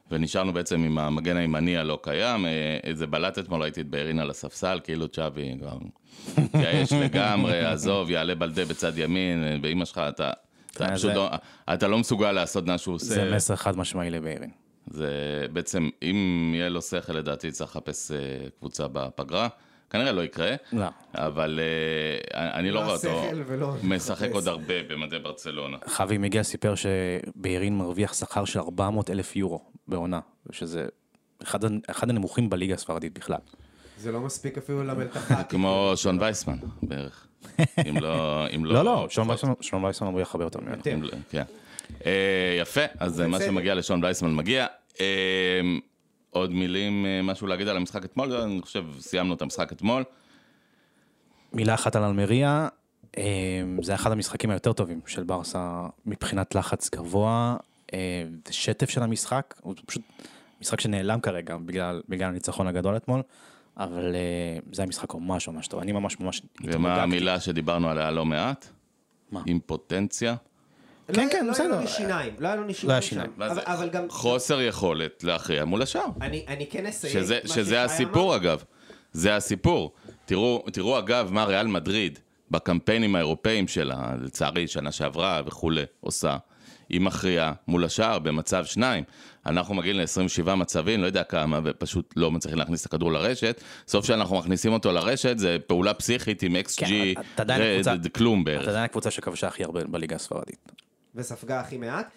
ונשארנו בעצם עם המגן הימני הלא קיים, איזה בלט אתמול ראיתי את ביירין על הספסל, כאילו צ'אבי כבר יעש לגמרי, עזוב, יעלה בלדה בצד ימין, באמא שלך, אתה לא מסוגל לעשות מה שהוא עושה. זה מסר חד משמעי לביירין. זה בעצם, אם יהיה לו שכל, לדעתי צריך לחפש קבוצה בפגרה, כנראה לא יקרה, לא. אבל אני לא רואה אותו משחק עוד הרבה במדי ברצלונה. חווי מיגל סיפר שביירין מרוויח שכר של 400,000 יורו בעונה, שזה אחד הנמוכים בליגה הספרדית בכלל. זה לא מספיק אפילו למלתחה. כמו שון וייסמן בערך. לא, שון וייסמן מרוויח הרבה יותר ממנו. כן. יפה, אז מה שמגיע לשון וייסמן מגיע. עוד מילים, משהו להגיד על המשחק אתמול? אני חושב, סיימנו את המשחק אתמול. מילה אחת על אלמריה, זה אחד המשחקים היותר טובים של ברסה מבחינת לחץ גבוה, שטף של המשחק, הוא פשוט משחק שנעלם כרגע בגלל הניצחון הגדול אתמול, אבל זה היה משחק ממש ממש טוב, אני ממש התמודדתי. ומה המילה שדיברנו עליה לא מעט? מה? אימפוטנציה. כן, בסדר. לא היה לו שיניים, לא היה לו שיניים. אבל גם... חוסר יכולת להכריע מול השאר. אני כן אסיים. שזה הסיפור אגב. זה הסיפור. תראו אגב מה ריאל מדריד בקמפיינים האירופאים שלה, לצערי שנה שעברה וכו' עושה. היא מכריעה מול השאר במצב 2. אנחנו מגיעים ל-27 מצבים, לא יודע כמה, ופשוט לא מצליחים להכניס את הכדור לרשת. סוף שאנחנו מכניסים אותו לרשת, זה פעולה פסיכית עם XG, כלום בערך. אתה עדיין הקבוצה שכבשה הכי הרבה בליגה הספרדית. וספגה הכי מעט,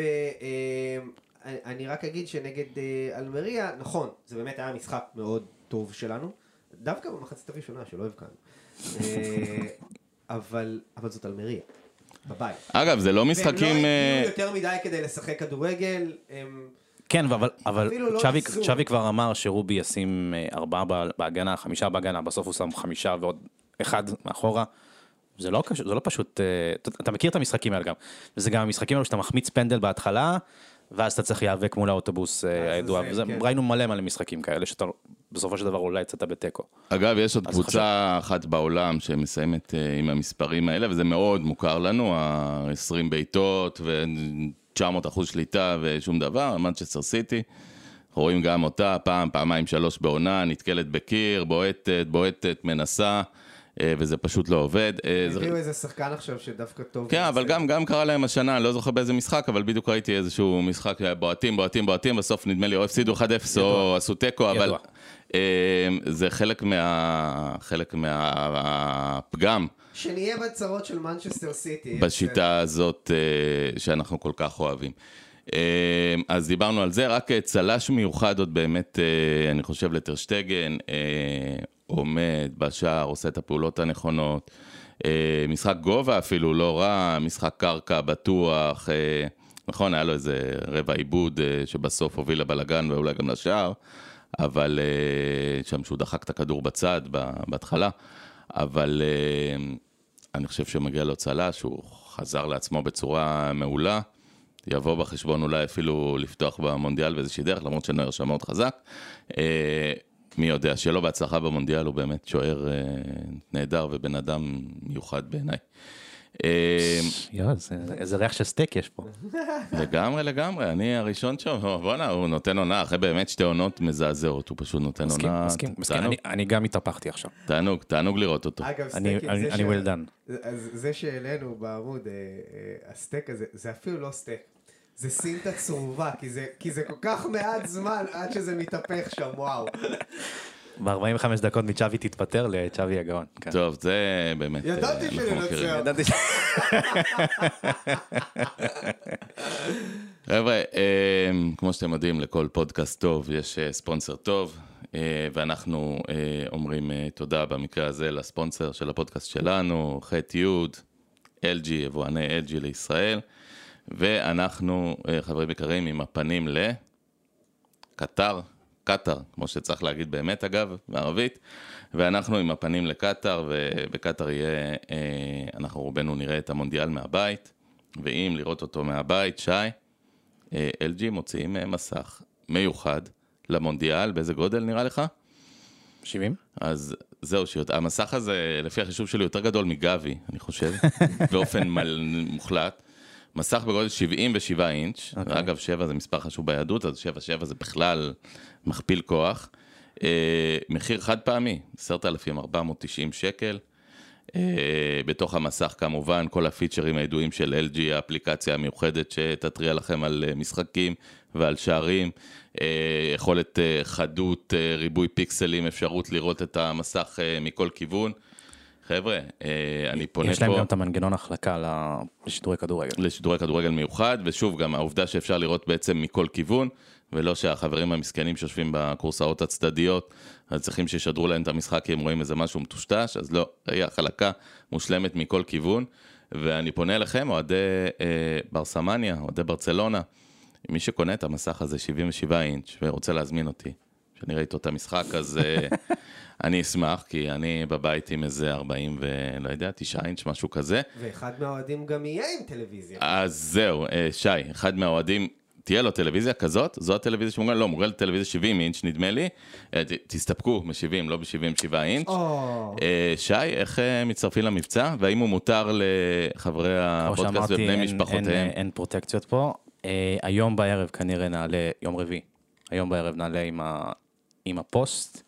ואני רק אגיד שנגד אלמריה, נכון, זה באמת היה משחק מאוד טוב שלנו, דווקא במחצית הראשונה שלא הבקענו, אבל זאת אלמריה, בבית. אגב, זה לא משחקים... והם לא הגיעו יותר מדי כדי לשחק כדורגל, כן, אבל צ'אבי כבר אמר שרובי ישים 4 בהגנה, 5 בהגנה, בסוף הוא שם 5 ועוד 1 מאחורה, זה לא פשוט, אתה מכיר את המשחקים האלה גם, וזה גם המשחקים האלה שאתה מחמיץ פנדל בהתחלה, ואז אתה צריך להיאבק מול האוטובוס הידוע, ראינו מלא משחקים כאלה, שאתה בסופו של דבר אולי יצאת בטקו. אגב, יש עוד קבוצה אחת בעולם שמסיימת עם המספרים האלה, וזה מאוד מוכר לנו, ה-20 בעיטות ו-900% שליטה ושום דבר, מנצ'סטר סיטי, רואים גם אותה, פעמיים 3 בעונה, נתקלת בקיר, בועטת, מנסה, וזה פשוט לא עובד. הביאו איזה שחקן עכשיו שדווקא טוב. כן, אבל גם קרה להם השנה, אני לא זוכר באיזה משחק, אבל בדיוק ראיתי איזשהו משחק, בועטים, בסוף נדמה לי או הפסידו 1-0 או עשו תיקו, אבל זה חלק מהפגם. שנהיה בצרות של מנצ'סטר סיטי. בשיטה הזאת שאנחנו כל כך אוהבים. אז דיברנו על זה, רק צלש מיוחד עוד באמת, אני חושב לטרשטגן, עומד בשער, עושה את הפעולות הנכונות, משחק גובה אפילו לא רע, משחק קרקע בטוח, נכון, היה לו איזה רבע עיבוד שבסוף הוביל לבלגן ואולי גם לשער, אבל שם שהוא דחק את הכדור בצד בהתחלה, אבל אני חושב שמגיע לו צל"ש, שהוא חזר לעצמו בצורה מעולה, יבוא בחשבון אולי אפילו לפתוח במונדיאל באיזושהי דרך, למרות שנויר שם מאוד חזק, מי יודע, שלא בהצלחה במונדיאל הוא באמת שוער נהדר ובן אדם מיוחד בעיניי. איזה ריח של סטייק יש פה. לגמרי, אני הראשון שם, בוא'נה, הוא נותן עונה, אחרי באמת 2 עונות מזעזעות, הוא פשוט נותן עונה. מסכים, אני גם התהפכתי עכשיו. תענוג לראות אותו. אגב, אני well done. זה שהעלינו בעמוד, הסטייק הזה, זה אפילו לא סטייק. זה סינטה צרובה, כי זה כל כך מעט זמן עד שזה מתהפך שם, וואו. ב-45 דקות מצ'אבי תתפטר לצ'אבי הגאון. טוב, זה באמת... ידעתי שננצח. חבר'ה, כמו שאתם יודעים, לכל פודקאסט טוב יש ספונסר טוב, ואנחנו אומרים תודה במקרה הזה לספונסר של הפודקאסט שלנו, ח' י', LG, יבואני LG לישראל, ואנחנו, חברים יקרים, עם הפנים לקטר, כמו שצריך להגיד באמת אגב, בערבית, ואנחנו עם הפנים לקטר, ובקטר יהיה, אנחנו רובנו נראה את המונדיאל מהבית, ואם לראות אותו מהבית, שי, LG מוציאים מסך מיוחד למונדיאל, באיזה גודל נראה לך? 70? אז זהו, המסך הזה, לפי החישוב שלי, יותר גדול מגבי, אני חושב, באופן מוחלט. מסך בגודל 77 אינץ', אגב 7 זה מספר חשוב ביהדות, אז 7 זה בכלל מכפיל כוח, מחיר חד פעמי, 10,490 שקל, בתוך המסך כמובן כל הפיצ'רים הידועים של LG, האפליקציה המיוחדת שתטריע לכם על משחקים ועל שערים, יכולת חדות, ריבוי פיקסלים, אפשרות לראות את המסך מכל כיוון. חבר'ה, אני פונה פה... יש להם גם את המנגנון החלקה לשידורי כדורגל. לשידורי כדורגל מיוחד, ושוב, גם העובדה שאפשר לראות בעצם מכל כיוון, ולא שהחברים המסכנים שיושבים בקורסאות הצדדיות, אז צריכים שישדרו להם את המשחק, כי הם רואים איזה משהו מטושטש, אז לא, היא החלקה מושלמת מכל כיוון, ואני פונה אליכם, אוהדי ברסמניה, אוהדי ברצלונה, מי שקונה את המסך הזה 77 אינץ' ורוצה להזמין אותי, שאני ראיתי את המשחק, אז אני אשמח, כי אני בבית עם איזה 40 ולא יודע, 9 אינץ', משהו כזה. ואחד מהאוהדים גם יהיה עם טלוויזיה. אז זהו, שי, אחד מהאוהדים, תהיה לו טלוויזיה כזאת, זו הטלוויזיה שמוגלת, לא, מוגלת טלוויזיה 70 אינץ' נדמה לי, תסתפקו מ-70, לא ב-77 אינץ'. שי, איך מצטרפים למבצע, והאם הוא מותר לחברי הפודקאסט ובני משפחותיהם? אין פרוטקציות פה, היום בערב כנראה נעלה, יום רביעי, היום בערב נעלה עם הפוסט,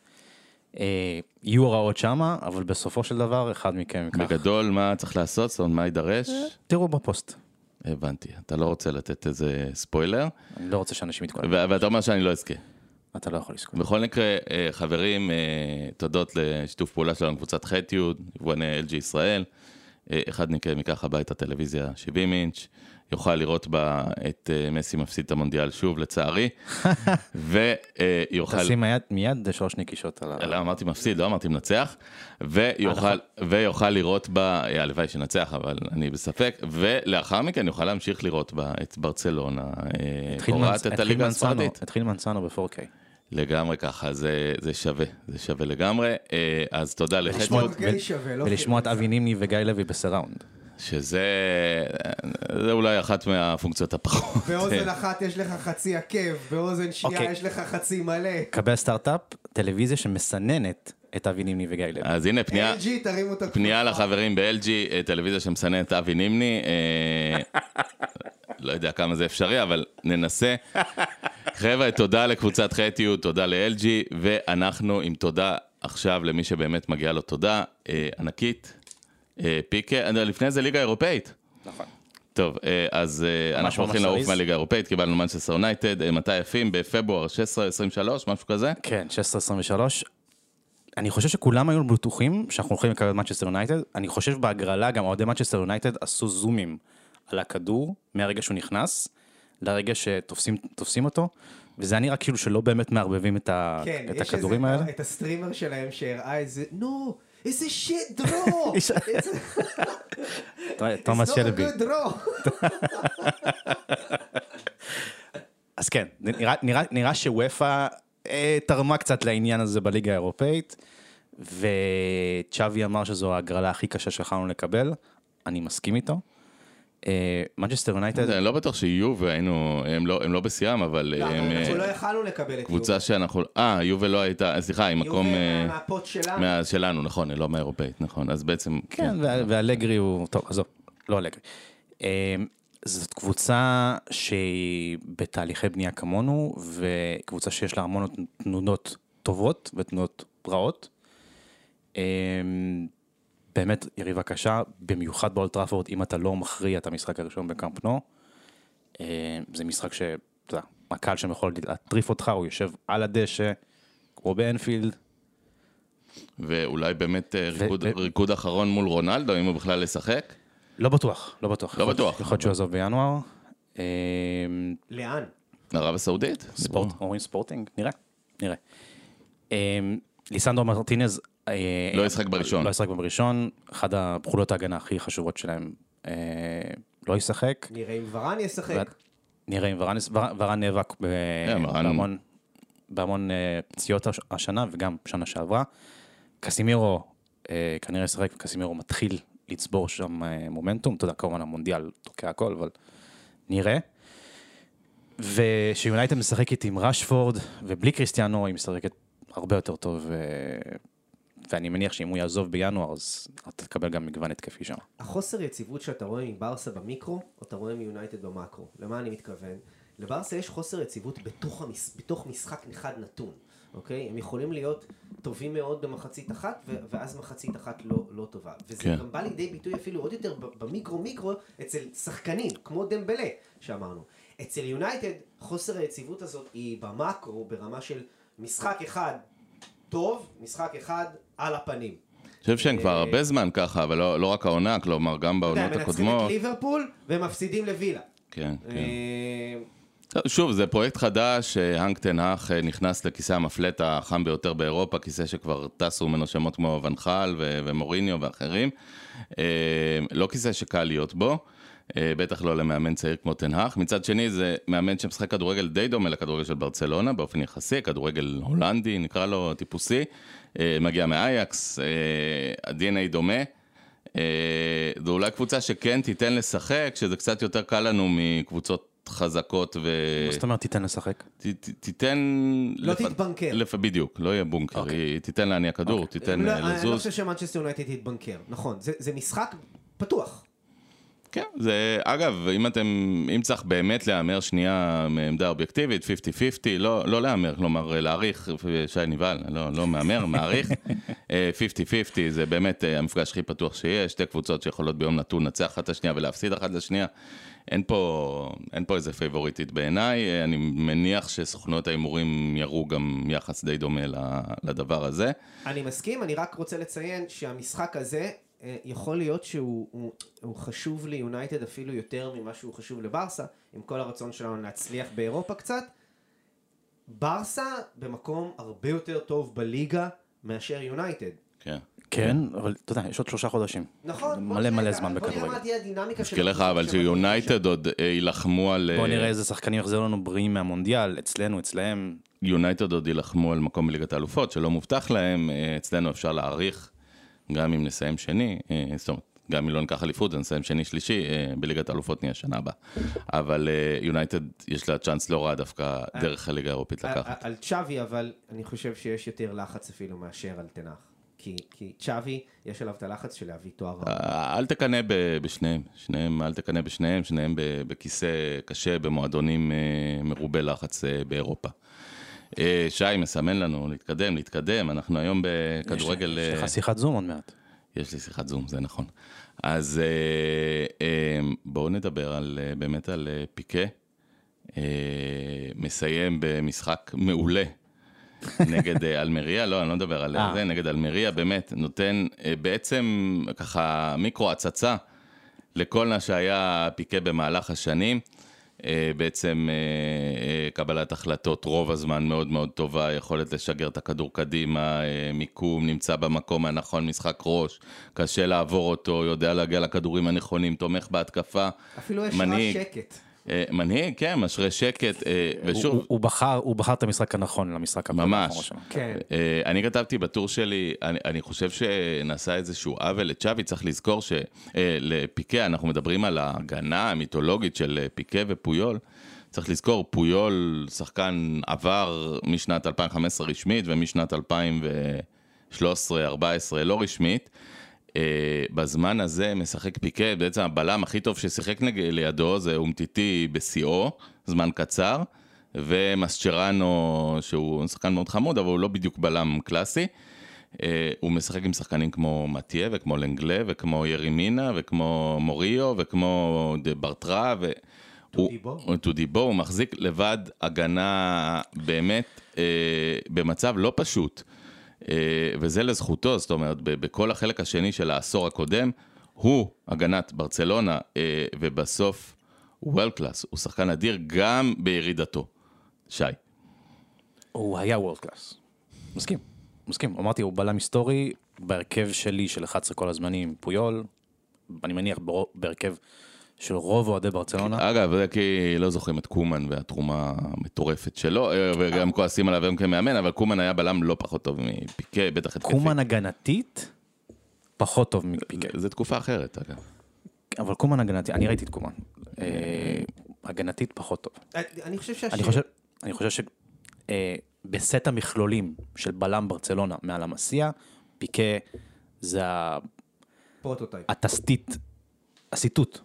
יהיו הוראות שמה, אבל בסופו של דבר, אחד מכם ייקח. בגדול, מה צריך לעשות? זאת אומרת, מה יידרש? תראו בפוסט. הבנתי, אתה לא רוצה לתת איזה ספוילר. אני לא רוצה שאנשים יתקולים. ואתה אומר שאני לא אזכה. אתה לא יכול לזכות. בכל מקרה, חברים, תודות לשיתוף פעולה שלנו, קבוצת ח'-י', יבואני LG ישראל, אחד מכם ייקח הביתה טלוויזיה 70 אינץ', יוכל לראות בה את מסי מפסיד את המונדיאל שוב, לצערי, ויוכל... תשים מיד 3 נקישות על ה... לא, אמרתי מפסיד, לא אמרתי מנצח, ויוכל לראות בה, הלוואי שנצח, אבל אני בספק, ולאחר מכן יוכל להמשיך לראות בה את ברצלונה, קוראת את הליגה הספרדית. התחיל מנסנו ב-4K. לגמרי ככה, זה שווה לגמרי, אז תודה לח'-י'. ולשמוע את אבי נימני וגיא לוי בסראונד. שזה אולי אחת מהפונקציות הפחות. באוזן אחת יש לך חצי עקב, באוזן שנייה יש לך חצי מלא. קבל סטארט-אפ, טלוויזיה שמסננת את אבי נימני וגיא לוי. אז הנה פנייה לחברים ב-LG, טלוויזיה שמסננת את אבי נימני, לא יודע כמה זה אפשרי, אבל ננסה. חבר'ה, תודה לקבוצת ח'-י', תודה ל-LG, ואנחנו עם תודה עכשיו למי שבאמת מגיע לו תודה ענקית. פיקה, לפני זה ליגה אירופאית. נכון. טוב, אז אנחנו הולכים לעוף מהליגה האירופאית, קיבלנו מנצ'סטר יונייטד, מתי יפים? בפברואר 16-23, משהו כזה? כן, 16-23. אני חושב שכולם היו בטוחים שאנחנו הולכים לקבל מנצ'סטר יונייטד. אני חושב בהגרלה גם אוהדי מנצ'סטר יונייטד עשו זומים על הכדור, מהרגע שהוא נכנס, לרגע שתופסים אותו, וזה היה נראה כאילו שלא באמת מערבבים את הכדורים האלה. כן, יש את הסטרימר שלהם שהראה איזה, נו, איזה שיט דרו! תומאס שלבי. It's not a good draw. אז כן, נראה שוופא תרמה קצת לעניין הזה בליגה האירופאית, וצ'אבי אמר שזו ההגרלה הכי קשה שיכולנו לקבל, אני מסכים איתו. מנצ'סטר יונייטד... אני לא בטוח שיובה היינו, הם לא בשיאם, אבל... אנחנו לא יכלנו לקבל את יובה. קבוצה שאנחנו... יובה לא הייתה, סליחה, עם מקום... יובה מהפות שלנו. שלנו, נכון, לא מהאירופאית, נכון, אז בעצם... כן, והלגרי הוא... טוב, עזוב, לא אלגרי. זאת קבוצה שהיא בתהליכי בנייה כמונו, וקבוצה שיש לה המון תנודות טובות ותנודות רעות. באמת יריבה קשה, במיוחד באולד טראפורד, אם אתה לא מכריע את המשחק הראשון בקאמפ נו. זה משחק ש... אתה יודע, הקהל שם יכול להטריף אותך, הוא יושב על הדשא, כמו באנפילד. ואולי באמת ריקוד אחרון מול רונלדו, אם הוא בכלל לשחק? לא בטוח. לא בטוח. יכול להיות שהוא עזוב בינואר. לאן? ערב הסעודית? אומרים ספורטינג? נראה. ליסנדרו מרטינז, לא ישחק בראשון. לא ישחק בראשון, אחד הפעולות ההגנה הכי חשובות שלהם לא ישחק. נראה אם ורן ישחק. נראה אם ורן נאבק בהמון פציעות השנה וגם שנה שעברה. קסימירו כנראה ישחק, וקסימירו מתחיל לצבור שם מומנטום, אתה יודע, כמובן המונדיאל תוקע הכל, אבל נראה. ושיונייטד משחקת עם רשפורד, ובלי קריסטיאנו היא משחקת הרבה יותר טוב, ואני מניח שאם הוא יעזוב בינואר, אז אתה תקבל גם מגוון התקפי שם. החוסר יציבות שאתה רואה מברסה במיקרו, או אתה רואה מיונייטד במקרו. למה אני מתכוון? לברסה יש חוסר יציבות בתוך משחק אחד נתון, אוקיי? הם יכולים להיות טובים מאוד במחצית אחת, ואז מחצית אחת לא טובה. וזה כן. גם בא לידי ביטוי אפילו עוד יותר במיקרו אצל שחקנים, כמו דמבלה, שאמרנו. אצל יונייטד, חוסר היציבות הזאת היא במקרו, ברמה של משחק אחד טוב, משחק אחד על הפנים. אני חושב שהם כבר הרבה זמן ככה, אבל לא רק העונה, כלומר גם בעונות מנצחים הקודמות. את ליברפול ומפסידים לווילה. כן, כן. שוב, זה פרויקט חדש, הנק תנח נכנס לכיסא המפלט החם ביותר באירופה, כיסא שכבר טסו ממנו שמות כמו ונחל ומוריניו ואחרים. לא כיסא שקל להיות בו, בטח לא למאמן צעיר כמו תנח. מצד שני, זה מאמן שמשחק כדורגל די דומה לכדורגל של ברצלונה, באופן יחסי, כדורגל הולנדי, נקרא לו טיפוסי, מגיע מאייקס, ה-DNA דומה. זו אולי קבוצה שכן תיתן לשחק, שזה קצת יותר קל לנו מקבוצות חזקות מה זאת אומרת תיתן לשחק? תיתן... לא תתבנקר. בדיוק, לא יהיה בונקר, היא תיתן להניע כדור, תיתן אני לא לזוז. חושב שמנצ'סטר יונייטד תתבנקר, נכון, זה משחק פתוח. כן, זה, אגב, אם צריך באמת להאמר שנייה מעמדה אובייקטיבית, 50-50, לא להאמר, כלומר, להעריך, שי ניבל, לא מאמר, מעריך, 50-50, זה באמת המפגש הכי פתוח שיש, שתי קבוצות שיכולות ביום נתון לנצח אחת לשנייה ולהפסיד אחת לשנייה, אין פה איזה פייבוריטית בעיניי, אני מניח שסוכנויות ההימורים יראו גם יחס די דומה לדבר הזה. אני מסכים, אני רק רוצה לציין שהמשחק הזה, יכול להיות שהוא חשוב ליונייטד אפילו יותר ממה שהוא חשוב לברסה, עם כל הרצון שלנו להצליח באירופה קצת. ברסה במקום הרבה יותר טוב בליגה מאשר יונייטד. כן. כן, אבל אתה יודע, יש עוד 3 חודשים. נכון. מלא זמן בכדורגל. בוא נראה מה תהיה הדינמיקה של... מזכיר לך, אבל שיונייטד עוד ילחמו על... בוא נראה איזה שחקנים יחזרו לנו בריאים מהמונדיאל, אצלנו, אצלהם. יונייטד עוד ילחמו על מקום בליגת האלופות, שלא מובטח להם, אצלנו אפשר להעריך, גם אם נסיים שני, זאת אומרת, גם אם לא ניקח אליפות, נסיים שני שלישי, בליגת האלופות נהיה שנה הבאה. אבל יונייטד יש לה צ'אנס לא רע דווקא דרך הליגה האירופית לקחת. על צ'אבי, אבל אני חושב שיש יותר לחץ אפילו מאשר על תנח. כי צ'אבי, יש עליו את הלחץ של להביא תואר. אל תקנה בשניהם, אל תקנה בשניהם, שניהם בכיסא קשה, במועדונים מרובי לחץ באירופה. שי מסמן לנו להתקדם, אנחנו היום בכדורגל... יש לך שיחת זום עוד מעט. יש לי שיחת זום, זה נכון. אז בואו נדבר באמת על פיקה, מסיים במשחק מעולה נגד אלמריה, לא, אני לא מדבר על זה, נגד אלמריה, באמת נותן בעצם ככה מיקרו הצצה לכל מה שהיה פיקה במהלך השנים, בעצם קבלת החלטות רוב הזמן מאוד מאוד טובה, יכולת לשגר את הכדור קדימה, מיקום, נמצא במקום הנכון, משחק ראש, קשה לעבור אותו, יודע להגיע לכדורים הנכונים, תומך בהתקפה. אפילו יש רע שקט. מנהיג, כן, משרה שקט, ושוב... הוא בחר את המשחק הנכון למשחק הבא. ממש. כן. אני כתבתי בטור שלי, אני חושב שנעשה איזשהו עוול לצ'אבי, צריך לזכור שלפיקה, אנחנו מדברים על ההגנה המיתולוגית של פיקה ופויול, צריך לזכור, פויול שחקן עבר משנת 2015 רשמית, ומשנת 2013-2014 לא רשמית, בזמן הזה משחק פיקה, בעצם הבלם הכי טוב ששיחק לידו זה אומטיטי בשיאו, זמן קצר, ומסצ'רנו שהוא שחקן מאוד חמוד, אבל הוא לא בדיוק בלם קלאסי, הוא משחק עם שחקנים כמו מתיה וכמו לנגלה וכמו ירימינה וכמו מוריו וכמו ברטרה טודיבו, הוא מחזיק לבד הגנה באמת במצב לא פשוט, וזה לזכותו, זאת אומרת, בכל החלק השני של העשור הקודם, הוא הגנת ברצלונה, ובסוף הוא וורלד קלאס, הוא שחקן אדיר גם בירידתו. שי. הוא היה וורלד קלאס. מסכים. אמרתי, הוא בלם היסטורי, בהרכב שלי של 11 כל הזמנים, פויול, אני מניח בהרכב של רוב אוהדי ברצלונה. אגב, זה כי לא זוכרים את קומן והתרומה המטורפת שלו, וגם כועסים עליו גם כמאמן, אבל קומן היה בלם לא פחות טוב מפיקה, בטח התקפי. קומן הגנתית פחות טוב מפיקה. זה תקופה אחרת, אגב. אבל קומן הגנתית, אני ראיתי את קומן. הגנתית פחות טוב. אני חושב שבסט המכלולים של בלם ברצלונה מעל המסיע, פיקה זה פרוטוטייפ. הסיטוט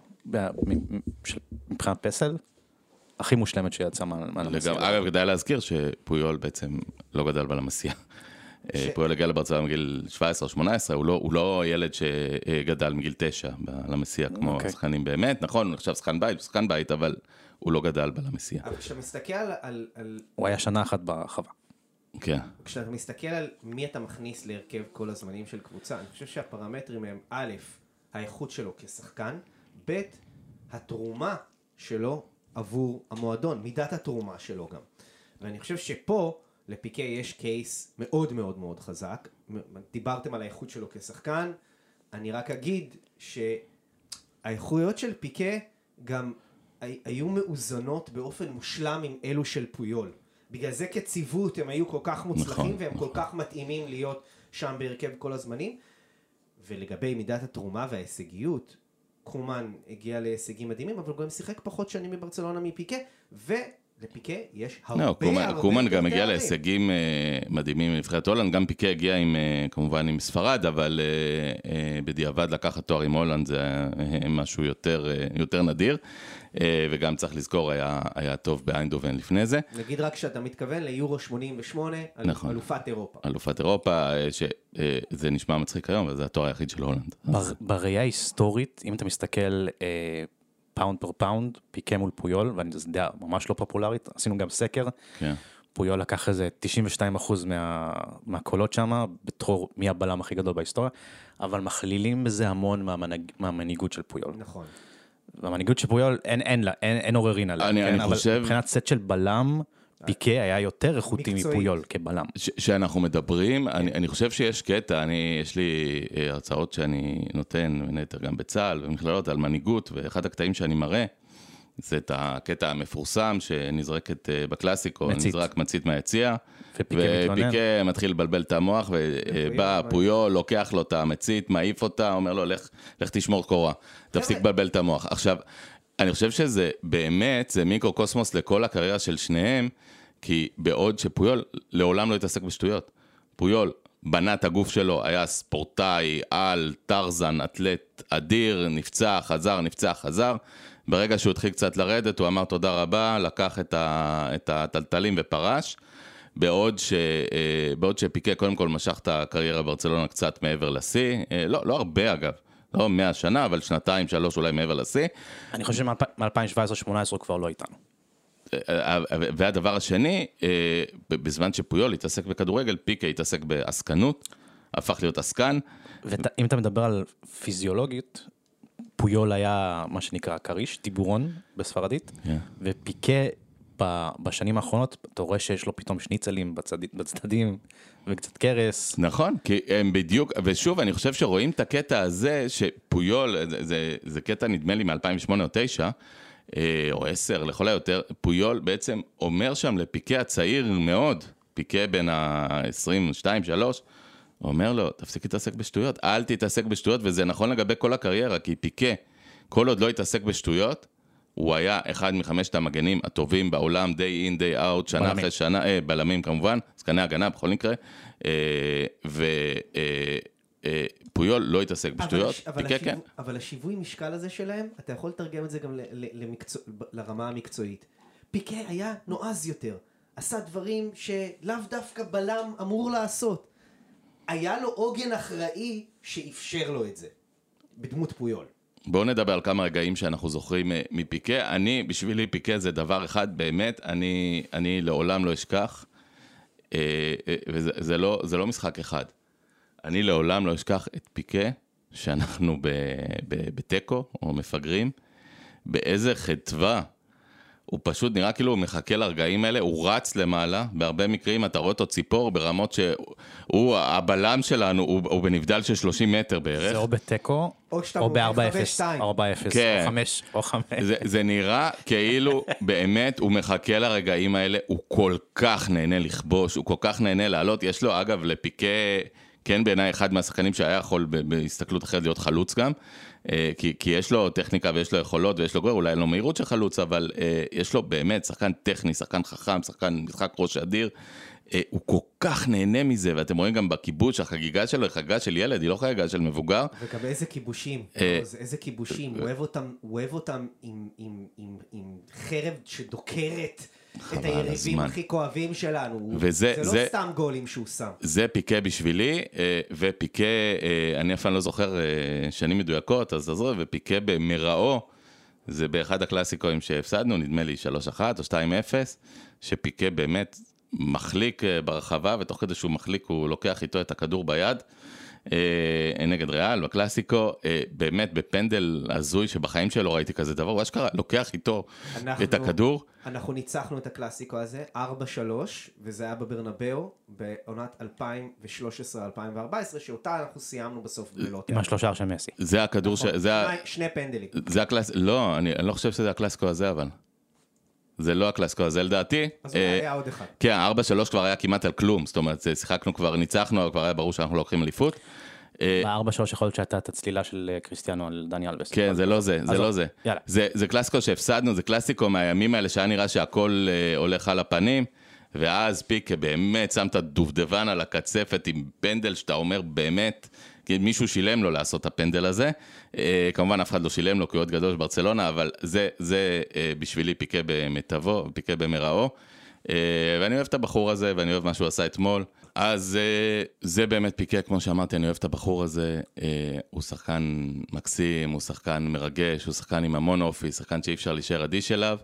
מבחינת פסל, הכי מושלמת שיצאה מהלמסייה. אגב, כדאי להזכיר שפויול בעצם לא גדל בלמסייה. פויול הגיע לברצלונה מגיל 17 או 18, הוא לא ילד שגדל מגיל 9 בלמסייה, כמו שחקנים באמת, נכון, הוא נחשב שחקן בית, אבל הוא לא גדל בלמסייה. אבל כשאתה מסתכל על... הוא היה שנה אחת בחווה. כן. כשאתה מסתכל על מי אתה מכניס להרכב כל הזמנים של קבוצה, אני חושב שהפרמטרים הם א', האיכות שלו כשחקן, ב', התרומה שלו עבור המועדון, מידת התרומה שלו גם. ואני חושב שפה לפיקה יש קייס מאוד מאוד מאוד חזק. דיברתם על האיכות שלו כשחקן, אני רק אגיד שהאיכויות של פיקה גם היו מאוזנות באופן מושלם עם אלו של פויול. בגלל זה כציוות הם היו כל כך מוצלחים והם כל כך מתאימים להיות שם בהרכב כל הזמנים. ולגבי מידת התרומה וההישגיות, קומן הגיע להישגים מדהימים, אבל הוא גם שיחק פחות שנים בברצלונה מפיקה, ולפיקה יש הרבה קומן גם הגיע להישגים מדהימים מנבחרת הולנד, גם פיקה הגיע כמובן עם ספרד, אבל בדיעבד לקחת תואר עם הולנד זה משהו יותר נדיר, וגם צריך לזכור, היה טוב באיינדובן לפני זה. נגיד רק שאתה מתכוון ליורו 88, אלופת אירופה. אלופת אירופה, שזה נשמע מצחיק היום, אבל זה התואר היחיד של הולנד. בראייה היסטורית, אם אתה מסתכל פאונד פר פאונד, פיקה מול פויול, ואני יודע, ממש לא פופולרית, עשינו גם סקר, פויול לקח איזה 92% מהקולות שם, בתור מי הבלם הכי גדול בהיסטוריה, אבל מכלילים בזה המון מהמנהיגות של פויול. נכון. והמנהיגות של פויול, אין עוררין עליה. אני חושב... אבל מבחינת סט של בלם, פיקה היה יותר איכותי מפויול כבלם. שאנחנו מדברים, אני חושב שיש קטע, יש לי הרצאות שאני נותן, ונתר גם בצה"ל ומכללות על מנהיגות, ואחד הקטעים שאני מראה, זה את הקטע המפורסם שנזרקת בקלאסיקו, נזרק מצית מהיציאה, ופיקה מתחיל לבלבל את המוח, ובא פויול, לוקח לו את המצית, מעיף אותה, אומר לו, לך תשמור קורה, תפסיק לבלבל את המוח. עכשיו, אני חושב שזה באמת, זה מיקרו-קוסמוס לכל הקריירה של שניהם, כי בעוד שפויול לעולם לא התעסק בשטויות. פויול בנה את הגוף שלו, היה ספורטאי, על, טרזן, אתלט אדיר, נפצע, חזר. ברגע שהוא התחיל קצת לרדת, הוא אמר תודה רבה, לקח את הטלטלים ופרש, בעוד שפיקה קודם כל משך את הקריירה ברצלונה קצת מעבר לשיא, לא הרבה אגב. לא 100 שנה, אבל 2-3 אולי מעבר לשיא. אני חושב מ-2017-2018 הוא כבר לא איתנו. והדבר השני, בזמן שפויול התעסק בכדורגל, פיקה התעסק בעסקנות, הפך להיות עסקן. ואם אתה מדבר על פיזיולוגית, פויול היה מה שנקרא קריש, טיבורון בספרדית, ופיקה בשנים האחרונות, אתה רואה שיש לו פתאום שניצלים בצדדים, וקצת קרס. נכון, כי הם בדיוק, ושוב, אני חושב שרואים את הקטע הזה, שפויול, זה קטע נדמה לי מ-2008 או 2009, או 10, לכל היותר, פויול בעצם אומר שם לפיקה הצעיר מאוד, פיקה בין ה-22-3, הוא אומר לו, תפסיק להתעסק בשטויות, אל תתעסק בשטויות, וזה נכון לגבי כל הקריירה, כי פיקה, כל עוד לא התעסק בשטויות, הוא היה אחד מחמשת המגנים הטובים בעולם, day in, day out, שנה אחרי שנה, בלמים כמובן, שחקני הגנה בכל מקרה, ופויול לא התעסק בשטויות, פיקה כן. אבל השיווי משקל הזה שלהם, אתה יכול לתרגם את זה גם לרמה המקצועית. פיקה היה נועז יותר, עשה דברים שלאו דווקא בלם אמור לעשות. היה לו עוגן אחראי שאפשר לו את זה, בדמות פויול. בואו נדבר על כמה רגעים שאנחנו זוכרים מפיקה. בשבילי פיקה זה דבר אחד, באמת, אני לעולם לא אשכח, וזה לא משחק אחד. אני לעולם לא אשכח את פיקה, שאנחנו בטקו, או מפגרים, באיזה חטבה, הוא פשוט נראה כאילו הוא מחכה לרגעים האלה, הוא רץ למעלה, בהרבה מקרים אתה רואה אותו ציפור, ברמות שהוא, הבלם שלנו, הוא בנבדל של 30 מטר בערך. זה או בטקו, או ב-4-0, 4-0, או 5. זה נראה כאילו באמת הוא מחכה לרגעים האלה, הוא כל כך נהנה לכבוש, הוא כל כך נהנה לעלות, יש לו אגב לפיקה, כן בעיניי אחד מהשחקנים שהיה יכול בהסתכלות אחרת להיות חלוץ גם, כי יש לו טכניקה ויש לו יכולות ויש לו גור, אולי אין לו מהירות של חלוץ, אבל יש לו באמת שחקן טכני, שחקן חכם, שחקן משחק ראש אדיר, הוא כל כך נהנה מזה, ואתם רואים גם בכיבוש, החגיגה שלו היא חגיגה של ילד, היא לא חגיגה של מבוגר. וגם איזה כיבושים, איזה כיבושים, הוא אוהב אותם עם חרב שדוקרת את היריבים הכי כואבים שלנו, זה לא סתם גולים שהוא שם. זה פיקה בשבילי, ופיקה, אני אפילו לא זוכר שנים מדויקות, אז עזרו, ופיקה במראו, זה באחד הקלאסיקואים שהפסדנו, נדמה לי 3-1 או 2-0, שפיקה באמת מחליק ברחבה, ותוך כדי שהוא מחליק הוא לוקח איתו את הכדור ביד, נגד ריאל, בקלאסיקו, באמת בפנדל הזוי שבחיים שלו ראיתי כזה דבר, הוא אשכרה לוקח איתו את הכדור. אנחנו ניצחנו את הקלאסיקו הזה, 4-3, וזה היה בברנבאו, בעונת 2013-2014, שאותה אנחנו סיימנו בסוף בלילות. עם השלושה של מסי. זה הכדור שני פנדלים. זה הקלאסיקו, לא, אני לא חושב שזה הקלאסיקו הזה, אבל. זה לא הקלאסיקו הזה, לדעתי. אז היה עוד אחד. כן, 4-3 כבר היה כמעט על כלום, זאת אומרת, שיחקנו כבר, ניצחנו, אבל כבר היה ברור שאנחנו לוקחים אליפות. ב-4-3 יכול להיות שהייתה את הצלילה של קריסטיאנו על דני אלבס. כן, זה לא זה, זה לא זה. זה קלאסיקו שהפסדנו, זה קלאסיקו מהימים האלה שהיה נראה שהכל הולך על הפנים, ואז פיקה באמת שם את הדובדבן על הקצפת עם פנדל שאתה אומר באמת, כי מישהו שילם לו לעשות את הפנדל הזה, כמובן אף אחד לא שילם לו כי הוא עוד גדול בברצלונה, אבל זה בשבילי פיקה במיטבו, פיקה במראו, ואני אוהב את הבחור הזה, ואני אוהב מה שהוא עשה אתמול, אז זה באמת פיקה, כמו שאמרתי, אני אוהב את הבחור הזה, הוא שחקן מקסים, הוא שחקן מרגש, הוא שחקן עם המון אופי, שחקן שאי אפשר להישאר אדיש אליו,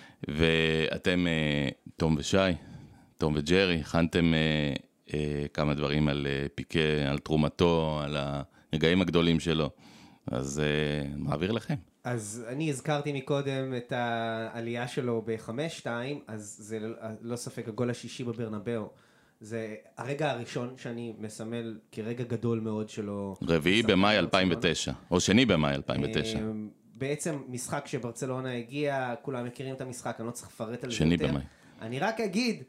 ואתם, תום ושי, תום וג'רי, הכנתם כמה דברים על פיקה, על תרומתו, על הרגעים הגדולים שלו, אז מעביר לכם. אז אני הזכרתי מקודם את העלייה שלו ב-5-2, אז זה לא ספק הגול השישי בברנבאו. זה הרגע הראשון שאני מסמל כרגע גדול מאוד שלו. 4 במאי 2009, או 2 במאי 2009. בעצם משחק שברצלונה הגיע, כולם מכירים את המשחק, אני לא צריך לפרט על זה יותר. 2 במאי. אני רק אגיד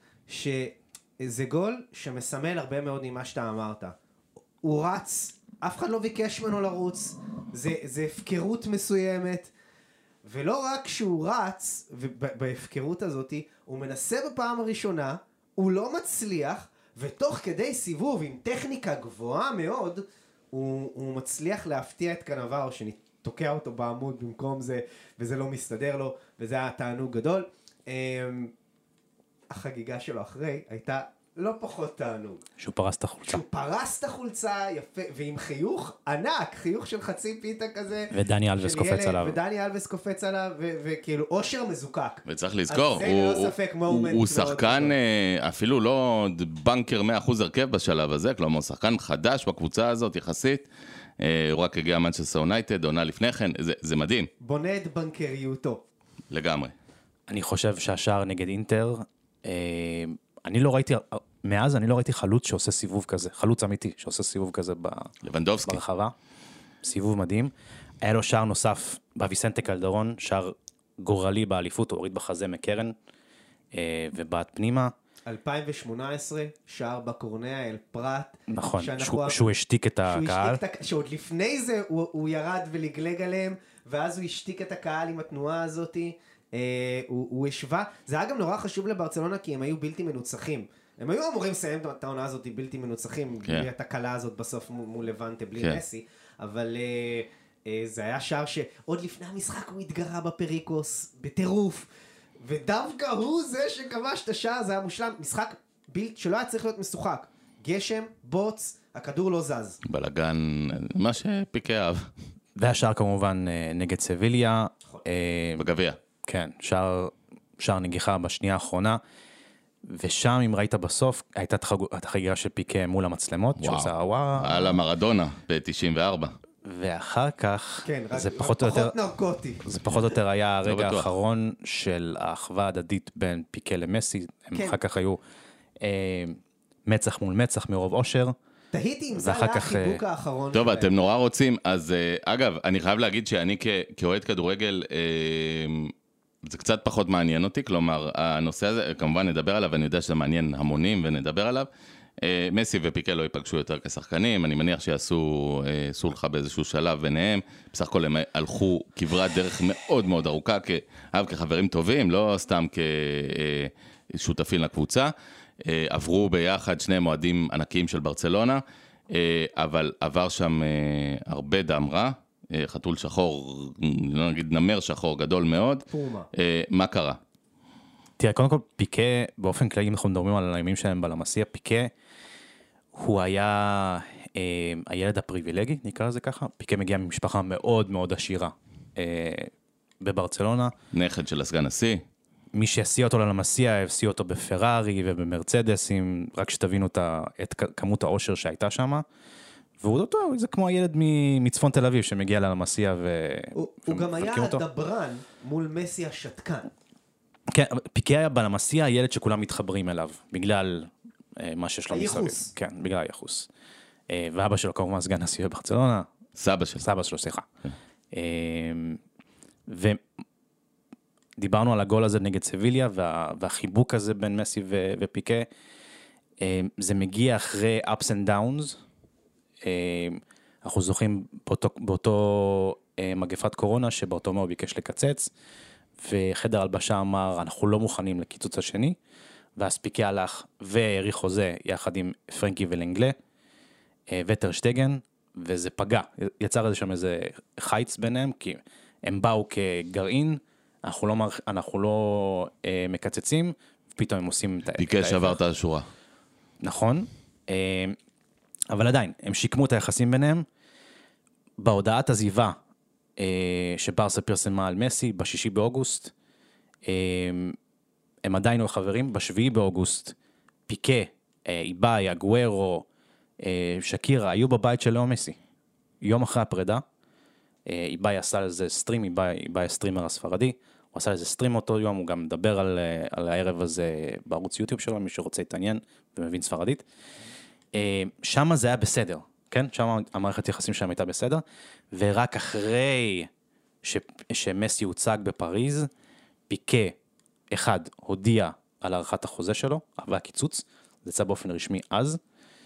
שזה גול שמסמל הרבה מאוד ממה שאתה אמרת. הוא רץ, אף אחד לא ביקש ממנו לרוץ, זה הפקרות מסוימת, ולא רק שהוא רץ, ובהפקרות הזאת, הוא מנסה בפעם הראשונה, הוא לא מצליח, ותוך כדי סיבוב עם טכניקה גבוהה מאוד, הוא מצליח להפתיע את קנבאו, שתוקע אותו בעמוד במקום זה, וזה לא מסתדר לו, וזה היה תענוג גדול. החגיגה שלו אחרי הייתה לא פחות תענוג. שהוא פרס את החולצה. שהוא פרס את החולצה יפה, ועם חיוך ענק, חיוך של חצי פיתה כזה. ודני אלבס קופץ עליו. ודני אלבס קופץ עליו, וכאילו אושר מזוקק. וצריך לזכור, הוא שחקן אפילו לא בנקר 100% הרכב בשלב הזה, כלומר, הוא שחקן חדש בקבוצה הזאת יחסית, הוא רק הגיע מנצ'סטר יונייטד, עונה לפני כן, זה מדהים. בונה את בנקריותו. לגמרי. אני חושב שהשער נגד אינטר, אני לא ראיתי, מאז אני לא ראיתי חלוץ שעושה סיבוב כזה, חלוץ אמיתי שעושה סיבוב כזה ברחבה, סיבוב מדהים. היה לו שער נוסף בוויסנטה קלדרון, שער גורלי באליפות, הוא הוריד בחזה מקרן, ובעט פנימה. 2018, שער בקורניה אל פרט. נכון, שהוא השתיק את הקהל. שעוד לפני זה הוא ירד ולגלג עליהם, ואז הוא השתיק את הקהל עם התנועה הזאת. הוא השווה, זה היה גם נורא חשוב לברצלונה כי הם היו בלתי מנוצחים, הם היו אמורים לסיים את העונה הזאת בלתי מנוצחים, בלי התקלה הזאת בסוף מול לבנטה, בלי מסי, אבל זה היה שער שעוד לפני המשחק הוא התגרה בפריקוס, בטירוף, ודווקא הוא זה שכבש את השער, זה היה מושלם, משחק שלא היה צריך להיות משוחק, גשם, בוץ, הכדור לא זז. בלגן, מה שפיקה אהב. והשער כמובן נגד סביליה. בגביע. כן, שער נגיחה בשנייה האחרונה, ושם אם ראית בסוף, הייתה את החגיגה של פיקה מול המצלמות, וואו, על המרדונה ב-94. ואחר כך, כן, זה פחות או יותר, נרקוטי. זה פחות או יותר היה הרגע האחרון של האחווה הדדית בין פיקה למסי, הם אחר כך היו מצח מול מצח מרוב אושר. תהיתי אם זה היה החיבוק האחרון. טוב, אתם נורא רוצים, אז אגב, אני חייב להגיד שאני כאוהד כדורגל, זה קצת פחות מעניין אותי, כלומר, הנושא הזה, כמובן נדבר עליו, ואני יודע שזה מעניין המונים ונדבר עליו, מסי ופיקה לא ייפגשו יותר כשחקנים, אני מניח שיעשו סולחה באיזשהו שלב ביניהם, בסך הכל הם הלכו כברת דרך מאוד מאוד ארוכה, כחברים טובים, לא סתם כשותפים לקבוצה, עברו ביחד שני מועדים ענקיים של ברצלונה, אבל עבר שם הרבה דם רע, חתול שחור, לא נגיד נמר שחור גדול מאוד. פומה. מה קרה? תראה, קודם כל, פיקה, באופן כללי, אנחנו מדברים על הימים שלהם בלמסיה, פיקה, הוא היה הילד הפריבילגי, נקרא לזה ככה. פיקה מגיע ממשפחה מאוד מאוד עשירה בברצלונה. נכד של הסגן נשיא. מי שהסיע אותו ללמסיה, הסיע אותו בפרארי ובמרצדסים, רק שתבינו את כמות העושר שהייתה שם. והוא אותו, זה כמו הילד מצפון תל אביב שמגיע ללמסיה הוא גם היה הדברן מול מסי השתקן. כן, פיקה היה בלמסיה הילד שכולם מתחברים אליו, בגלל מה שיש לו מסביב. הייחוס. כן, בגלל הייחוס. ואבא שלו כמובן סגן נשיא בברצלונה. סבא שלו, סליחה. ודיברנו על הגול הזה נגד סביליה, והחיבוק הזה בין מסי ופיקה, זה מגיע אחרי ups and downs, אנחנו זוכרים באותו מגפת קורונה, שבאותו הוא ביקש לקצץ, וחדר הלבשה אמר, אנחנו לא מוכנים לקיצוץ השני, ואז פיקה הלך והאריך חוזה יחד עם פרנקי ולנגלה, וטרשטגן, וזה פגע, יצר איזה שם איזה חיץ ביניהם, כי הם באו כגרעין, אנחנו לא מקצצים, ופתאום הם עושים את ההפך. פיקה שבר את השורה. נכון, אבל עדיין, הם שיקמו את היחסים ביניהם, בהודעת עזיבה, שברסה פרסמה על מסי, ב6 באוגוסט, הם עדיין לא חברים, ב7 באוגוסט, פיקה, איבאי, אגוארו, שקירה, היו בבית של לאו מסי, יום אחרי הפרידה, איבאי עשה לזה סטרים, איבאי הסטרימר הספרדי, הוא עשה לזה סטרים אותו יום, הוא גם מדבר על הערב הזה בערוץ יוטיוב שלו, מי שרוצה להתעניין ומבין ספרדית, שם זה היה בסדר, כן? שם המערכת יחסים שם הייתה בסדר, ורק אחרי שמסי הוצג בפריז, פיקה, אחד, הודיע על הערכת החוזה שלו, והקיצוץ, זה יצא באופן רשמי אז,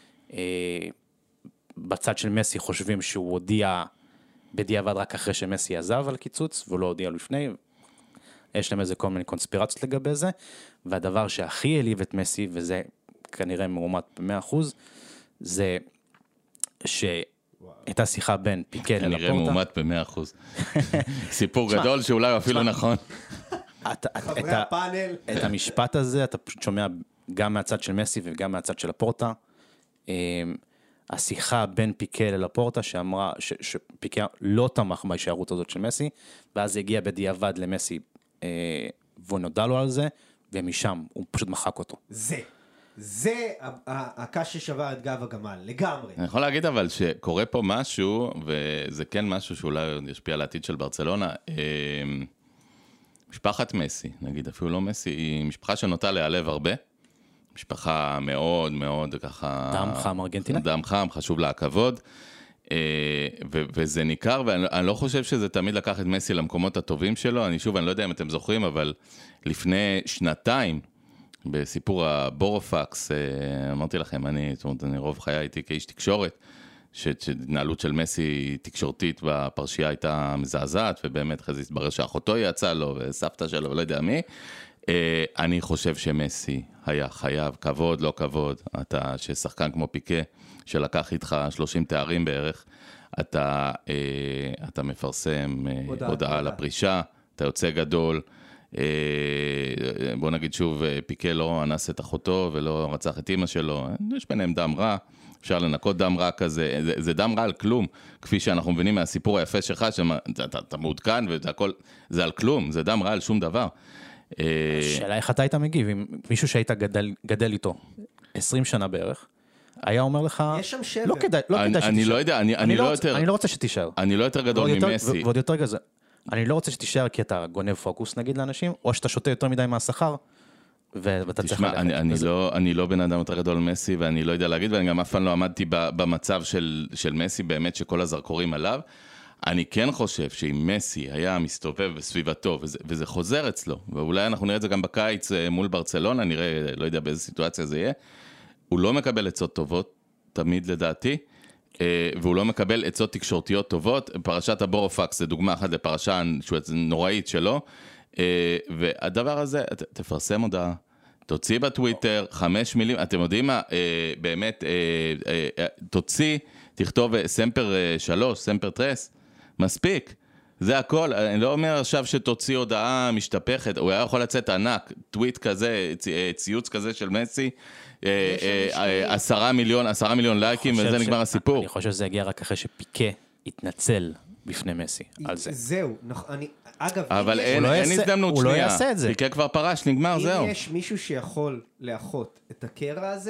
בצד של מסי חושבים שהוא הודיע בדיעבד רק אחרי שמסי עזב על הקיצוץ, והוא לא הודיע לפני, יש להם איזה כל מיני קונספירציות לגבי זה, והדבר שהכי העליב את מסי, וזה כנראה מאומת ב100%, זה שהייתה שיחה בין פיקה ללפורטה. כנראה מאומת ב100%. סיפור גדול שאולי אפילו נכון. חברי הפאנל. את המשפט הזה אתה פשוט שומע גם מהצד של מסי וגם מהצד של לפורטה. השיחה בין פיקה ללפורטה שאמרה שפיקה לא תמך בהישארות הזאת של מסי, ואז זה הגיע בדיעבד למסי, והוא נודע לו על זה, ומשם הוא פשוט מחק אותו. זה הקש ששבר את גב הגמל, לגמרי. אני יכול להגיד אבל שקורה פה משהו, וזה כן משהו שאולי ישפיע על העתיד של ברצלונה, משפחת מסי, נגיד אפילו לא מסי, היא משפחה שנוטה להיעלב הרבה, משפחה מאוד מאוד ככה... דם חם ארגנטינה? דם חם, חשוב לה הכבוד, וזה ניכר, ואני לא חושב שזה תמיד לקח את מסי למקומות הטובים שלו, אני לא יודע אם אתם זוכרים, אבל לפני שנתיים, בסיפור הבורופקס, אמרתי לכם, אני רוב חיי הייתי כאיש תקשורת, שהתנהלות של מסי תקשורתית בפרשייה הייתה מזעזעת, ובאמת אחרי זה התברר שאחותו יצא לו, וסבתא שלו, ולא יודע מי. אני חושב שמסי היה חייב, כבוד, לא כבוד, אתה ששחקן כמו פיקה, שלקח איתך 30 תארים בערך, אתה מפרסם הודעה על הפרישה, אתה יוצא גדול, בוא נגיד שוב, פיקה לא אנס את אחותו ולא רצח את אמא שלו, יש ביניהם דם רע, אפשר לנקות דם רע כזה, זה דם רע על כלום, כפי שאנחנו מבינים מהסיפור היפה שלך, שאתה מעודכן והכל, זה על כלום, זה דם רע על שום דבר. שאלה איך אתה היית מגיב, אם מישהו שהיית גדל איתו 20 שנה בערך, היה אומר לך, יש שם שבר. לא כדאי שתישאר. אני לא יודע, אני לא רוצה שתישאר. אני לא יותר גדול ממסי. ועוד יותר כזה, אני לא רוצה שתישאר כי אתה גונב פוקוס נגיד לאנשים, או שאתה שותה יותר מדי מהשכר, ואתה צריך ללכת. אני לא בן אדם יותר גדול ממסי, ואני לא יודע להגיד, ואני גם אף פעם לא עמדתי במצב של מסי, באמת שכל הזרקורים עליו. אני כן חושב שאם מסי היה מסתובב בסביבתו, וזה חוזר אצלו, ואולי אנחנו נראה את זה גם בקיץ מול ברצלונה, נראה, לא יודע באיזה סיטואציה זה יהיה, הוא לא מקבל עצות טובות, תמיד לדעתי, והוא לא מקבל עצות תקשורתיות טובות. פרשת הבורופקס זה דוגמה אחת לפרשה נוראית שלו, והדבר הזה, תפרסם הודעה, תוציא בטוויטר 5 מילים, אתם יודעים מה, באמת, תכתוב סמפר 3, סמפר טרס, מספיק. זה הכל, אני לא אומר עכשיו שתוציא הודעה משתפכת, הוא היה יכול לצאת ענק, טוויט כזה, ציוץ כזה של מסי, 10 מיליון לייקים, וזה נגמר הסיפור. אני חושב שזה הגיע רק אחרי שפיקה התנצל בפני מסי על זה. זהו, אגב, אבל אין הזדמנות הוא לא שנייה, יעשה את זה. פיקה כבר פרש, נגמר, זהו. אם יש מישהו שיכול לאחות את הקרע הזה,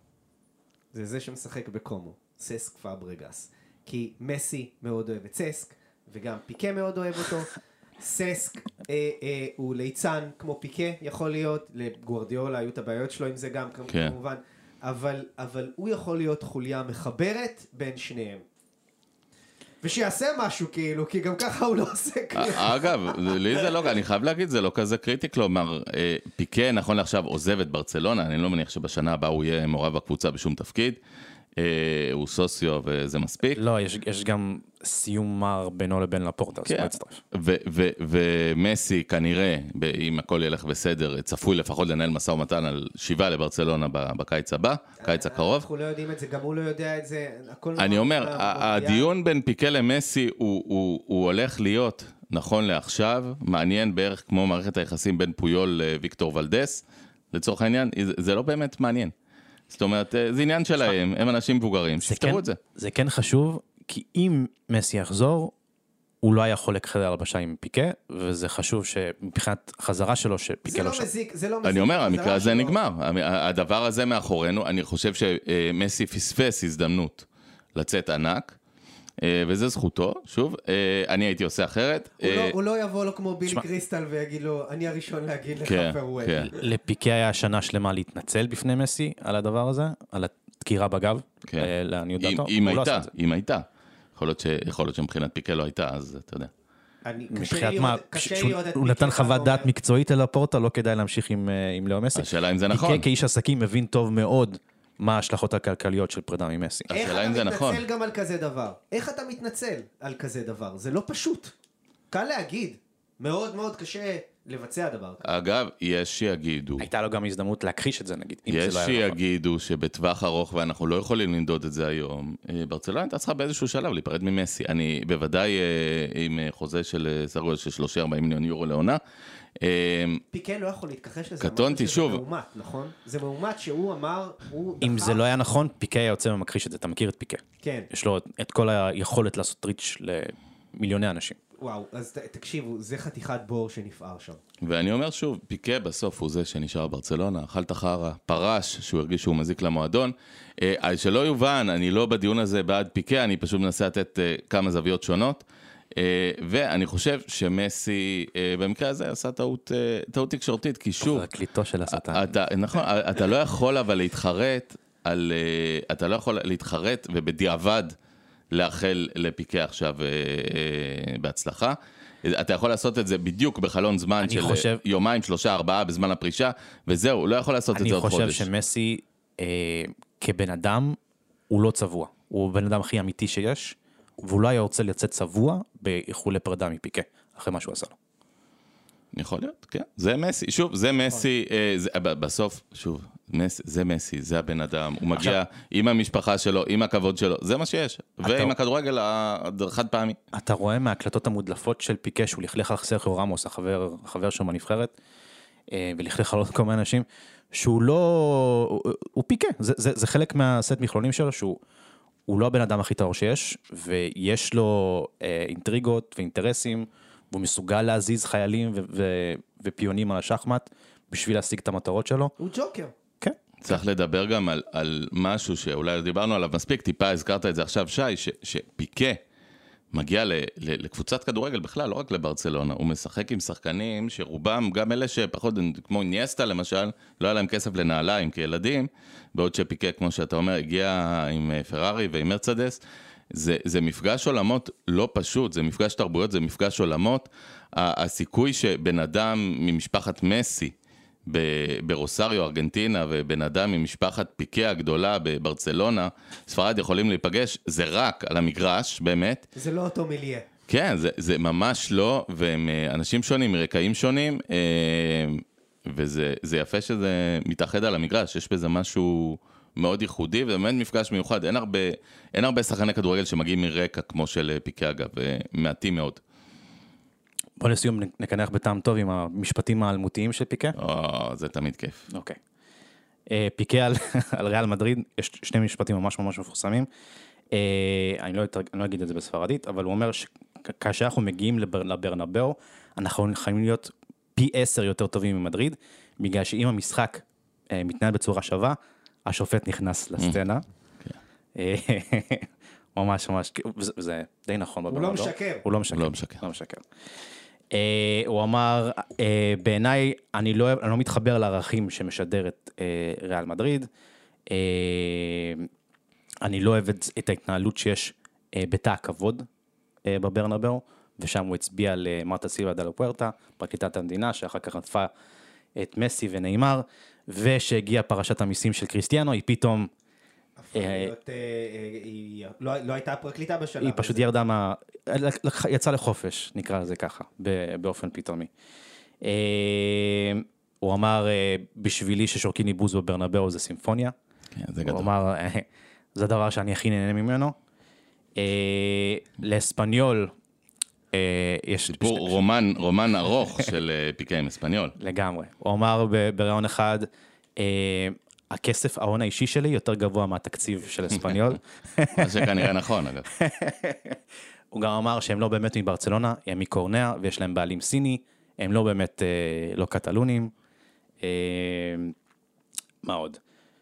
זה שמשחק בקומו, ססק פאברגס. כי מסי מאוד אוהב את ססק, וגם פיקה מאוד אוהב אותו. ססק הוא ליצן כמו פיקה יכול להיות, לגוארדיולה היו את הבעיות שלו עם זה גם כמובן, אבל הוא יכול להיות חוליה מחברת בין שניהם. ושיעשה משהו כאילו, כי גם ככה הוא לא עושה כלום. אגב, לי זה לא, אני חייב להגיד, זה לא כזה קריטי, כלומר, פיקה נכון לעכשיו עוזב את ברצלונה, אני לא מניח שבשנה הבאה הוא יהיה מעורב בקבוצה בשום תפקיד, הוא סוציו וזה מספיק. לא, יש גם סיום מר בינו לבין לפורטה, אז לא יצטרף. ומסי כנראה, אם הכל ילך בסדר, צפוי לפחות לנהל משא ומתן על שיבה לברצלונה בקיץ הבא, קיץ הקרוב. אנחנו לא יודעים את זה, גם הוא לא יודע את זה. אני אומר, הדיון בין פיקה למסי הוא הולך להיות, נכון לעכשיו, מעניין בערך כמו מערכת היחסים בין פויול לוויקטור ולדס, לצורך העניין, זה לא באמת מעניין. זאת אומרת, זה עניין שלהם, הם אנשים מבוגרים, שיפתרו את זה. זה כן חשוב, כי אם מסי יחזור, הוא לא היה חולק חדר הלבשה עם פיקה, וזה חשוב שמבחינת חזרה שלו, שפיקה לא שם. זה לא מזיק. אני אומר, המקרה הזה נגמר. הדבר הזה מאחורינו, אני חושב שמסי פספס הזדמנות לצאת ענק, וזה זכותו, שוב, אני הייתי עושה אחרת. הוא לא יבוא לו כמו בילי קריסטל ויגיד לו, אני הראשון להגיד לך פרוויל. לפיקה היה שנה שלמה להתנצל בפני מסי על הדבר הזה, על הדקירה בגב, לעניות דעתו. אם הייתה. יכול להיות שמבחינת פיקה לא הייתה, אז אתה יודע. מבחינת מה, הוא נתן חוות דעת מקצועית אל הפורטה, לא כדאי להמשיך עם לאו מסי. השאלה אם זה נכון. פיקה כאיש עסקים מבין טוב מאוד מה ההשלכות הכלכליות של פרידה ממסי. איך אתה מתנצל גם על כזה דבר? איך אתה מתנצל על כזה דבר? זה לא פשוט. קל להגיד. מאוד מאוד קשה לבצע דבר. אגב, יש שיגידו... הייתה לו גם הזדמנות להכחיש את זה, נגיד. יש שיגידו שבטווח ארוך, ואנחנו לא יכולים לנדוד את זה היום, ברצלונה הייתה צריכה באיזשהו שלב להיפרד ממסי. אני בוודאי עם חוזה של סגור של 30-40 מיליון יורו לעונה. פיקה לא יכול להתכחש לזה. קטונתי שוב. זה מאומת, נכון? זה מאומת שהוא אמר, אם זה לא היה נכון, פיקה היה יוצא ומכחיש את זה. אתה מכיר את פיקה? כן. יש לו את כל היכולת לעשות ריץ' למיליוני אנשים. וואו, אז תקשיבו, זה חתיכת בור שנפער שם. ואני אומר שוב, פיקה בסוף הוא זה שנשאר ברצלונה, אכל את החרא, פרש, שהוא הרגיש שהוא מזיק למועדון. שלא יובן, אני לא בדיון הזה בעד פיקה, אני פשוט מנסה לתת כמה זוויות שונות. ואני חושב שמסי במקרה הזה עשה טעות תקשורתית, כי שוב... הקליטו של השטן. נכון, אתה לא יכול אבל להתחרט ובדיעבד לאחל לפיקה עכשיו בהצלחה. אתה יכול לעשות את זה בדיוק בחלון זמן של יומיים, 3, 4 בזמן הפרישה, וזהו, לא יכול לעשות את זה עוד חודש. אני חושב שמסי כבן אדם הוא לא צבוע. הוא בן אדם הכי אמיתי שיש, והוא לא היה רוצה לצאת צבוע באיחולי פרידה מפיקה, אחרי מה שהוא עשה לו. יכול להיות, כן. זה מסי, שוב, זה מסי, בסוף, שוב, זה מסי, זה הבן אדם, הוא מגיע עם המשפחה שלו, עם הכבוד שלו, זה מה שיש. ועם הכדורגל החד פעמי. אתה רואה מההקלטות המודלפות של פיקה, שהוא לכלך על סרחיו רמוס, החבר שם בנבחרת, ולכלך על עוד כל מיני אנשים, שהוא לא, הוא פיקה, זה חלק מהסט מכלולים שלו, שהוא לא הבן אדם הכי טהור שיש, ויש לו אינטריגות ואינטרסים, והוא מסוגל להזיז חיילים ופיונים על השחמט, בשביל להשיג את המטרות שלו. הוא ג'וקר. כן. צריך לדבר גם על משהו שאולי דיברנו עליו מספיק, טיפה הזכרת את זה עכשיו, שי, שפיקה מגיע לקבוצת כדורגל בכלל, לא רק לברצלונה, הוא משחק עם שחקנים שרובם, גם אלה שפחות, כמו ניאסטה למשל, לא היה להם כסף לנעליים כילדים, בעוד שפיקה, כמו שאתה אומר, הגיע עם פרארי ועם מרצדס, זה מפגש עולמות לא פשוט, זה מפגש תרבויות, זה מפגש עולמות, הסיכוי שבן אדם ממשפחת מסי, ברוסריו, ארגנטינה, ובן אדם ממשפחת פיקה הגדולה בברצלונה, ספרד יכולים להיפגש, זה רק על המגרש, באמת. זה לא אותו מיליה. כן, זה ממש לא, והם אנשים שונים, מרקעים שונים, וזה יפה שזה מתאחד על המגרש, יש בזה משהו מאוד ייחודי, וזה באמת מפגש מיוחד. אין הרבה שחקני כדורגל שמגיעים מרקע כמו של פיקה, אגב, מעטים מאוד. בוא לסיום נקנח בטעם טוב עם המשפטים האלמותיים של פיקה. זה תמיד כיף. אוקיי. פיקה על ריאל מדריד, יש שני משפטים ממש ממש מפורסמים. אני לא אגיד את זה בספרדית, אבל הוא אומר שכאשר אנחנו מגיעים לברנבאו, אנחנו יכולים להיות פי 10 יותר טובים ממדריד, בגלל שאם המשחק מתנהל בצורה שווה, השופט נכנס לסצנה. ממש ממש, וזה די נכון. הוא לא משקר. הוא לא משקר. הוא אמר, בעיניי אני לא מתחבר לערכים שמשדרת ריאל מדריד, אני לא אוהב את ההתנהלות שיש בתא הכבוד בברנבאו, ושם הוא הצביע למרתה סילבה דה לה פוארטה, פרקליטת המדינה, שאחר כך נטפה את מסי וניימר, ושהגיעה פרשת המיסים של קריסטיאנו, היא פתאום... לא הייתה פרקליטה בשלב. היא פשוט ירדה יצאה לחופש, נקרא לזה ככה, באופן פתאומי. הוא אמר, בשבילי ששורקין איבוז בברנבאו זה סימפוניה. הוא אמר, זה הדבר שאני הכי נהנה ממנו. לאספניול, יש... סיפור רומן ארוך של פיקה עם אספניול. לגמרי. הוא אמר בראיון אחד, הכסף, ההון האישי שלי יותר גבוה מהתקציב של אספניול. מה שכנראה נכון, אגב. הוא גם אמר שהם לא באמת מברצלונה, הם מקורניה, ויש להם בעלים סיני, הם לא באמת, לא קטלונים. מה עוד?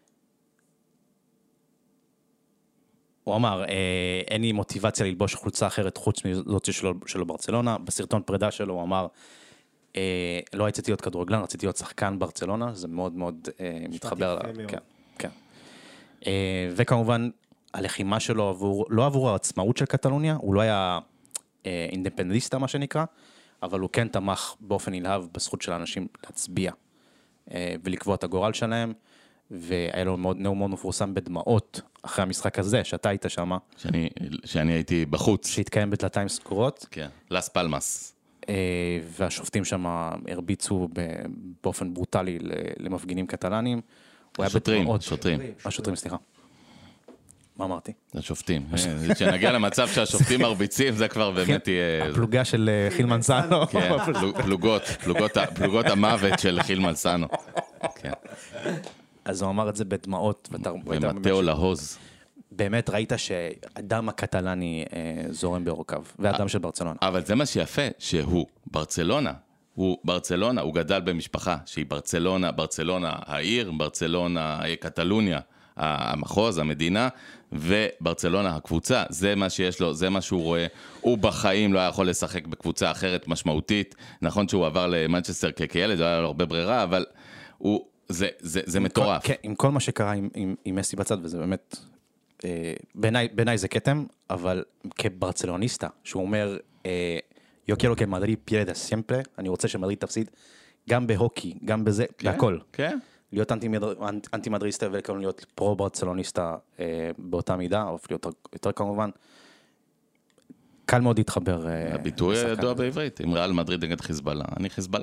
הוא אמר, אין לי מוטיבציה ללבוש חולצה אחרת חוץ מזאת שלו ברצלונה. בסרטון פרידה שלו הוא אמר, לא רציתי להיות כדורגלן, רציתי להיות שחקן ברצלונה, זה מאוד מאוד מתחבר. כן. וכמובן, הלחימה שלו לא עבור העצמאות של קטלוניה, הוא לא היה אינדפנדיסטה מה שנקרא, אבל הוא כן תמך באופן נלהב בזכות של האנשים להצביע ולקבוע את הגורל שלהם, והיה לו נאום מאוד מפורסם בדמעות אחרי המשחק הזה, שאתה היית שם. שאני הייתי בחוץ. שהתקיים בדלתיים סגורות. כן, לס פלמאס. והשופטים שם הרביצו באופן ברוטלי למפגינים קטלנים. השוטרים, סליחה. מה אמרתי? השופטים. כשנגיע למצב שהשופטים מרביצים, זה כבר באמת יהיה... הפלוגה של חיל מנסנו. כן, פלוגות המוות של חיל מנסנו. כן. אז הוא אמר את זה בדמעות. ומטאו להוז. באמת ראית שהאדם הקטלני זורם בעורקיו, והאדם של ברצלונה. אבל זה מה שיפה, שהוא ברצלונה, הוא גדל במשפחה שהיא ברצלונה העיר, ברצלונה קטלוניה, המחוז, המדינה, וברצלונה הקבוצה, זה מה שיש לו, זה מה שהוא רואה. הוא בחיים לא היה יכול לשחק בקבוצה אחרת משמעותית, נכון שהוא עבר למנצ'סטר כילד, היה לו הרבה ברירה, אבל זה מטורף. כן, עם כל מה שקרה עם מסי בצד, וזה באמת... בעיניי זה קטם, אבל כברצלוניסטה, שהוא אומר, yo quiero que Madrid pierda siempre, אני רוצה שמדריד תפסיד, גם בהוקי, גם בזה, בהכל. כן. להיות אנטי-מדריסטה ולכאילו להיות פרו-ברצלוניסטה באותה מידה, או אפילו יותר כמובן. קל מאוד להתחבר. הביטוי ידוע בעברית, אם ריאל מדריד נגד חיזבאללה, אני חיזבאללה.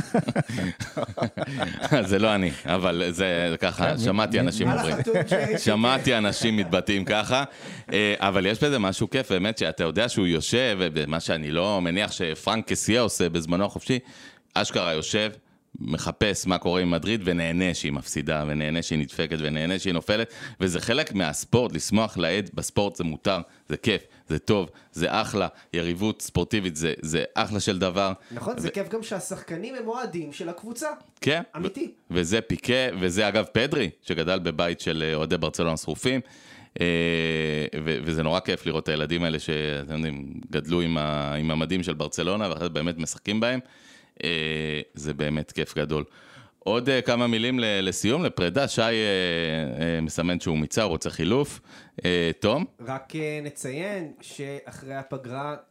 זה לא אני, אבל זה ככה, שמעתי אנשים אומרים. שמעתי אנשים מתבטאים ככה, אבל יש בזה משהו כיף, באמת שאתה יודע שהוא יושב, ומה שאני לא מניח שפרנק קסיה עושה בזמנו החופשי, אשכרה יושב, מחפש מה קורה עם מדריד, ונהנה שהיא מפסידה, ונהנה שהיא נדפקת, ונהנה שהיא נופלת, וזה חלק מהספורט, לשמוח לעד בספורט זה מותר, זה כיף, זה טוב, זה אחלה, יריבות ספורטיבית, זה אחלה של דבר. נכון, זה כיף גם שהשחקנים הם אוהדים של הקבוצה. כן. אמיתי. וזה פיקה, וזה אגב פדרי, שגדל בבית של אוהדי ברצלונה שרופים, וזה נורא כיף לראות את הילדים האלה שאתם יודעים, גדלו עם המדים של ברצלונה, ואחרי זה באמת משחקים בהם. זה באמת כיף גדול. עוד כמה מילים לסיום, לפרידה, שי מסמן שהוא מיצה, הוא רוצה חילוף. תום? רק נציין שאחרי הפגרה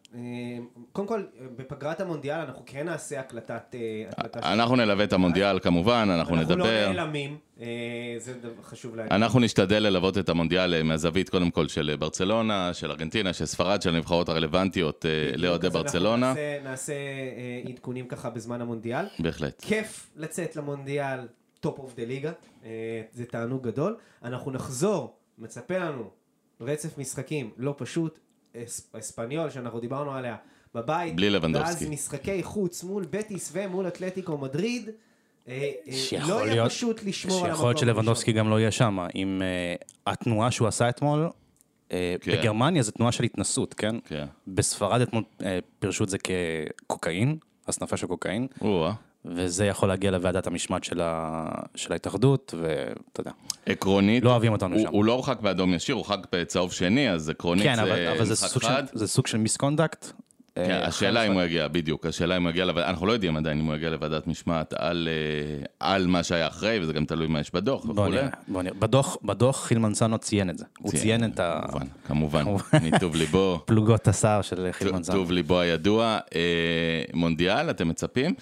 קודם כל, בפגרת המונדיאל אנחנו כן נעשה הקלטה. אנחנו נלווה את המונדיאל כמובן, אנחנו נדבר. אנחנו לא נעלמים, זה חשוב להגיד. אנחנו נשתדל ללוות את המונדיאל מהזווית קודם כל של ברצלונה, של ארגנטינה, של ספרד, של הנבחרות הרלוונטיות לאוהדי ברצלונה. נעשה עדכונים ככה בזמן המונדיאל. בהחלט. כיף לצאת למונדיאל, טופ אוף דה ליגה, זה תענוג גדול. אנחנו נחזור, מצפה לנו רצף משחקים לא פשוט, אספניול שאנחנו דיברנו עליה בבית, בלי לבנדובסקי. ואז משחקי חוץ מול בטיס ומול אתלטיקו מדריד, לא שיכול יהיה להיות- פשוט לשמור על המקום. שיכול להיות שלבנדובסקי גם לא יהיה שם, עם התנועה שהוא עשה אתמול, כן. בגרמניה זו תנועה של התנסות, כן? כן. בספרד אתמול פירשו את זה כקוקאין, הסנפה של קוקאין, וזה יכול להגיע לוועדת המשמעת של ההתאחדות, ואתה יודע, עקרונית, לא אוהבים אותנו שם. הוא לא הורחק באדום ישיר, הוא הורחק בצהוב שני, אז עקרונית כן, זה אבל משחק חד. זה סוג של מיסקונדקט. כן, השאלה אם הוא יגיע, בדיוק, השאלה אם הוא יגיע, אנחנו לא יודעים עדיין אם הוא יגיע לוועדת משמעת על מה שהיה אחרי, וזה גם תלוי מה יש בדוח וכו'. בוא נראה. בדוח חילמן סנו ציין את זה. הוא ציין את כמובן, מטוב ליבו. פלוגות השר של חילמן סנו. טוב ליבו הידוע. מונדיאל, אתם מצפים?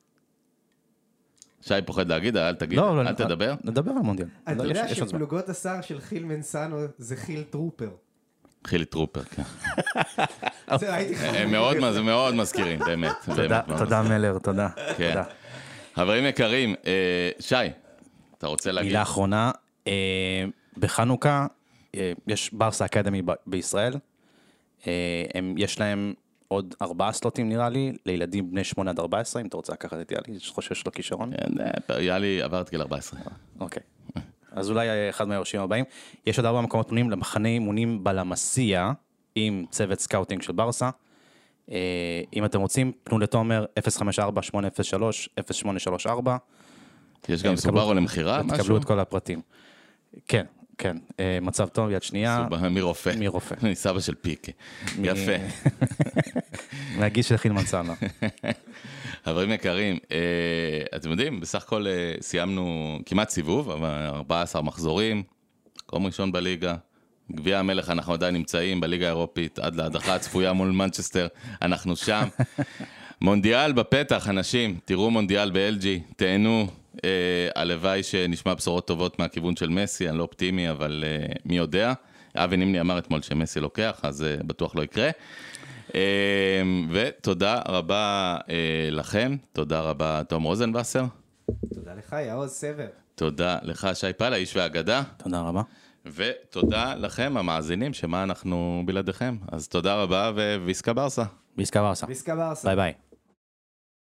שי פוחד להגיד, אל תגיד, אל תדבר. נדבר על מונדיאל. אתה יודע יש עוד זמן. שפלוגות השר של חיל מנסנו זה חיל טרופר. חילי טרופר, כן. זה הייתי הם מאוד מזכירים, באמת. תודה מלר, תודה. כן. תודה. חברים יקרים, שי, אתה רוצה להגיד? מילה אחרונה, בחנוכה יש ברסה אקדמי בישראל, יש להם עוד 4 סלוטים נראה לי, לילדים בני 8 עד 14, אם אתה רוצה לקחת את יאלי, יש חושב שיש לו כישרון. יאלי עבר את גיל 14. אוקיי. אז אולי אחד מהיורשים הבאים. יש עוד 4 מקומות פנויים למחנה אימונים בלמסיה, עם צוות סקאוטינג של ברסה. אם אתם רוצים, פנו לתומר 054-803-0834. יש גם סוברו למחירה, משהו? תקבלו את כל הפרטים. כן, כן. מצב טוב, יד שנייה. מרופא. מרופא. אני סבא של פיקי. יפה. מהגיס של חילמן סנו. חברים יקרים, אתם יודעים, בסך הכל סיימנו כמעט סיבוב, אבל 14 מחזורים, מקום ראשון בליגה, גביע המלך אנחנו עדיין נמצאים בליגה האירופית, עד להדחה הצפויה מול מנצ'סטר, אנחנו שם. מונדיאל בפתח, אנשים, תראו מונדיאל באלג'י, תהנו, הלוואי שנשמע בשורות טובות מהכיוון של מסי, אני לא אופטימי, אבל מי יודע. אבי נימני אמר אתמול שמסי לוקח, אז בטוח לא יקרה. ותודה רבה לכם, תודה רבה תום רוזנבסר. תודה לך, יעוז סבר. תודה לך שי פאלה, איש והאגדה. תודה רבה. ותודה לכם המאזינים, שמה אנחנו בלעדיכם. אז תודה רבה וויסקה ברסה. ויסקה ברסה. ויסקה ברסה. ביי ביי.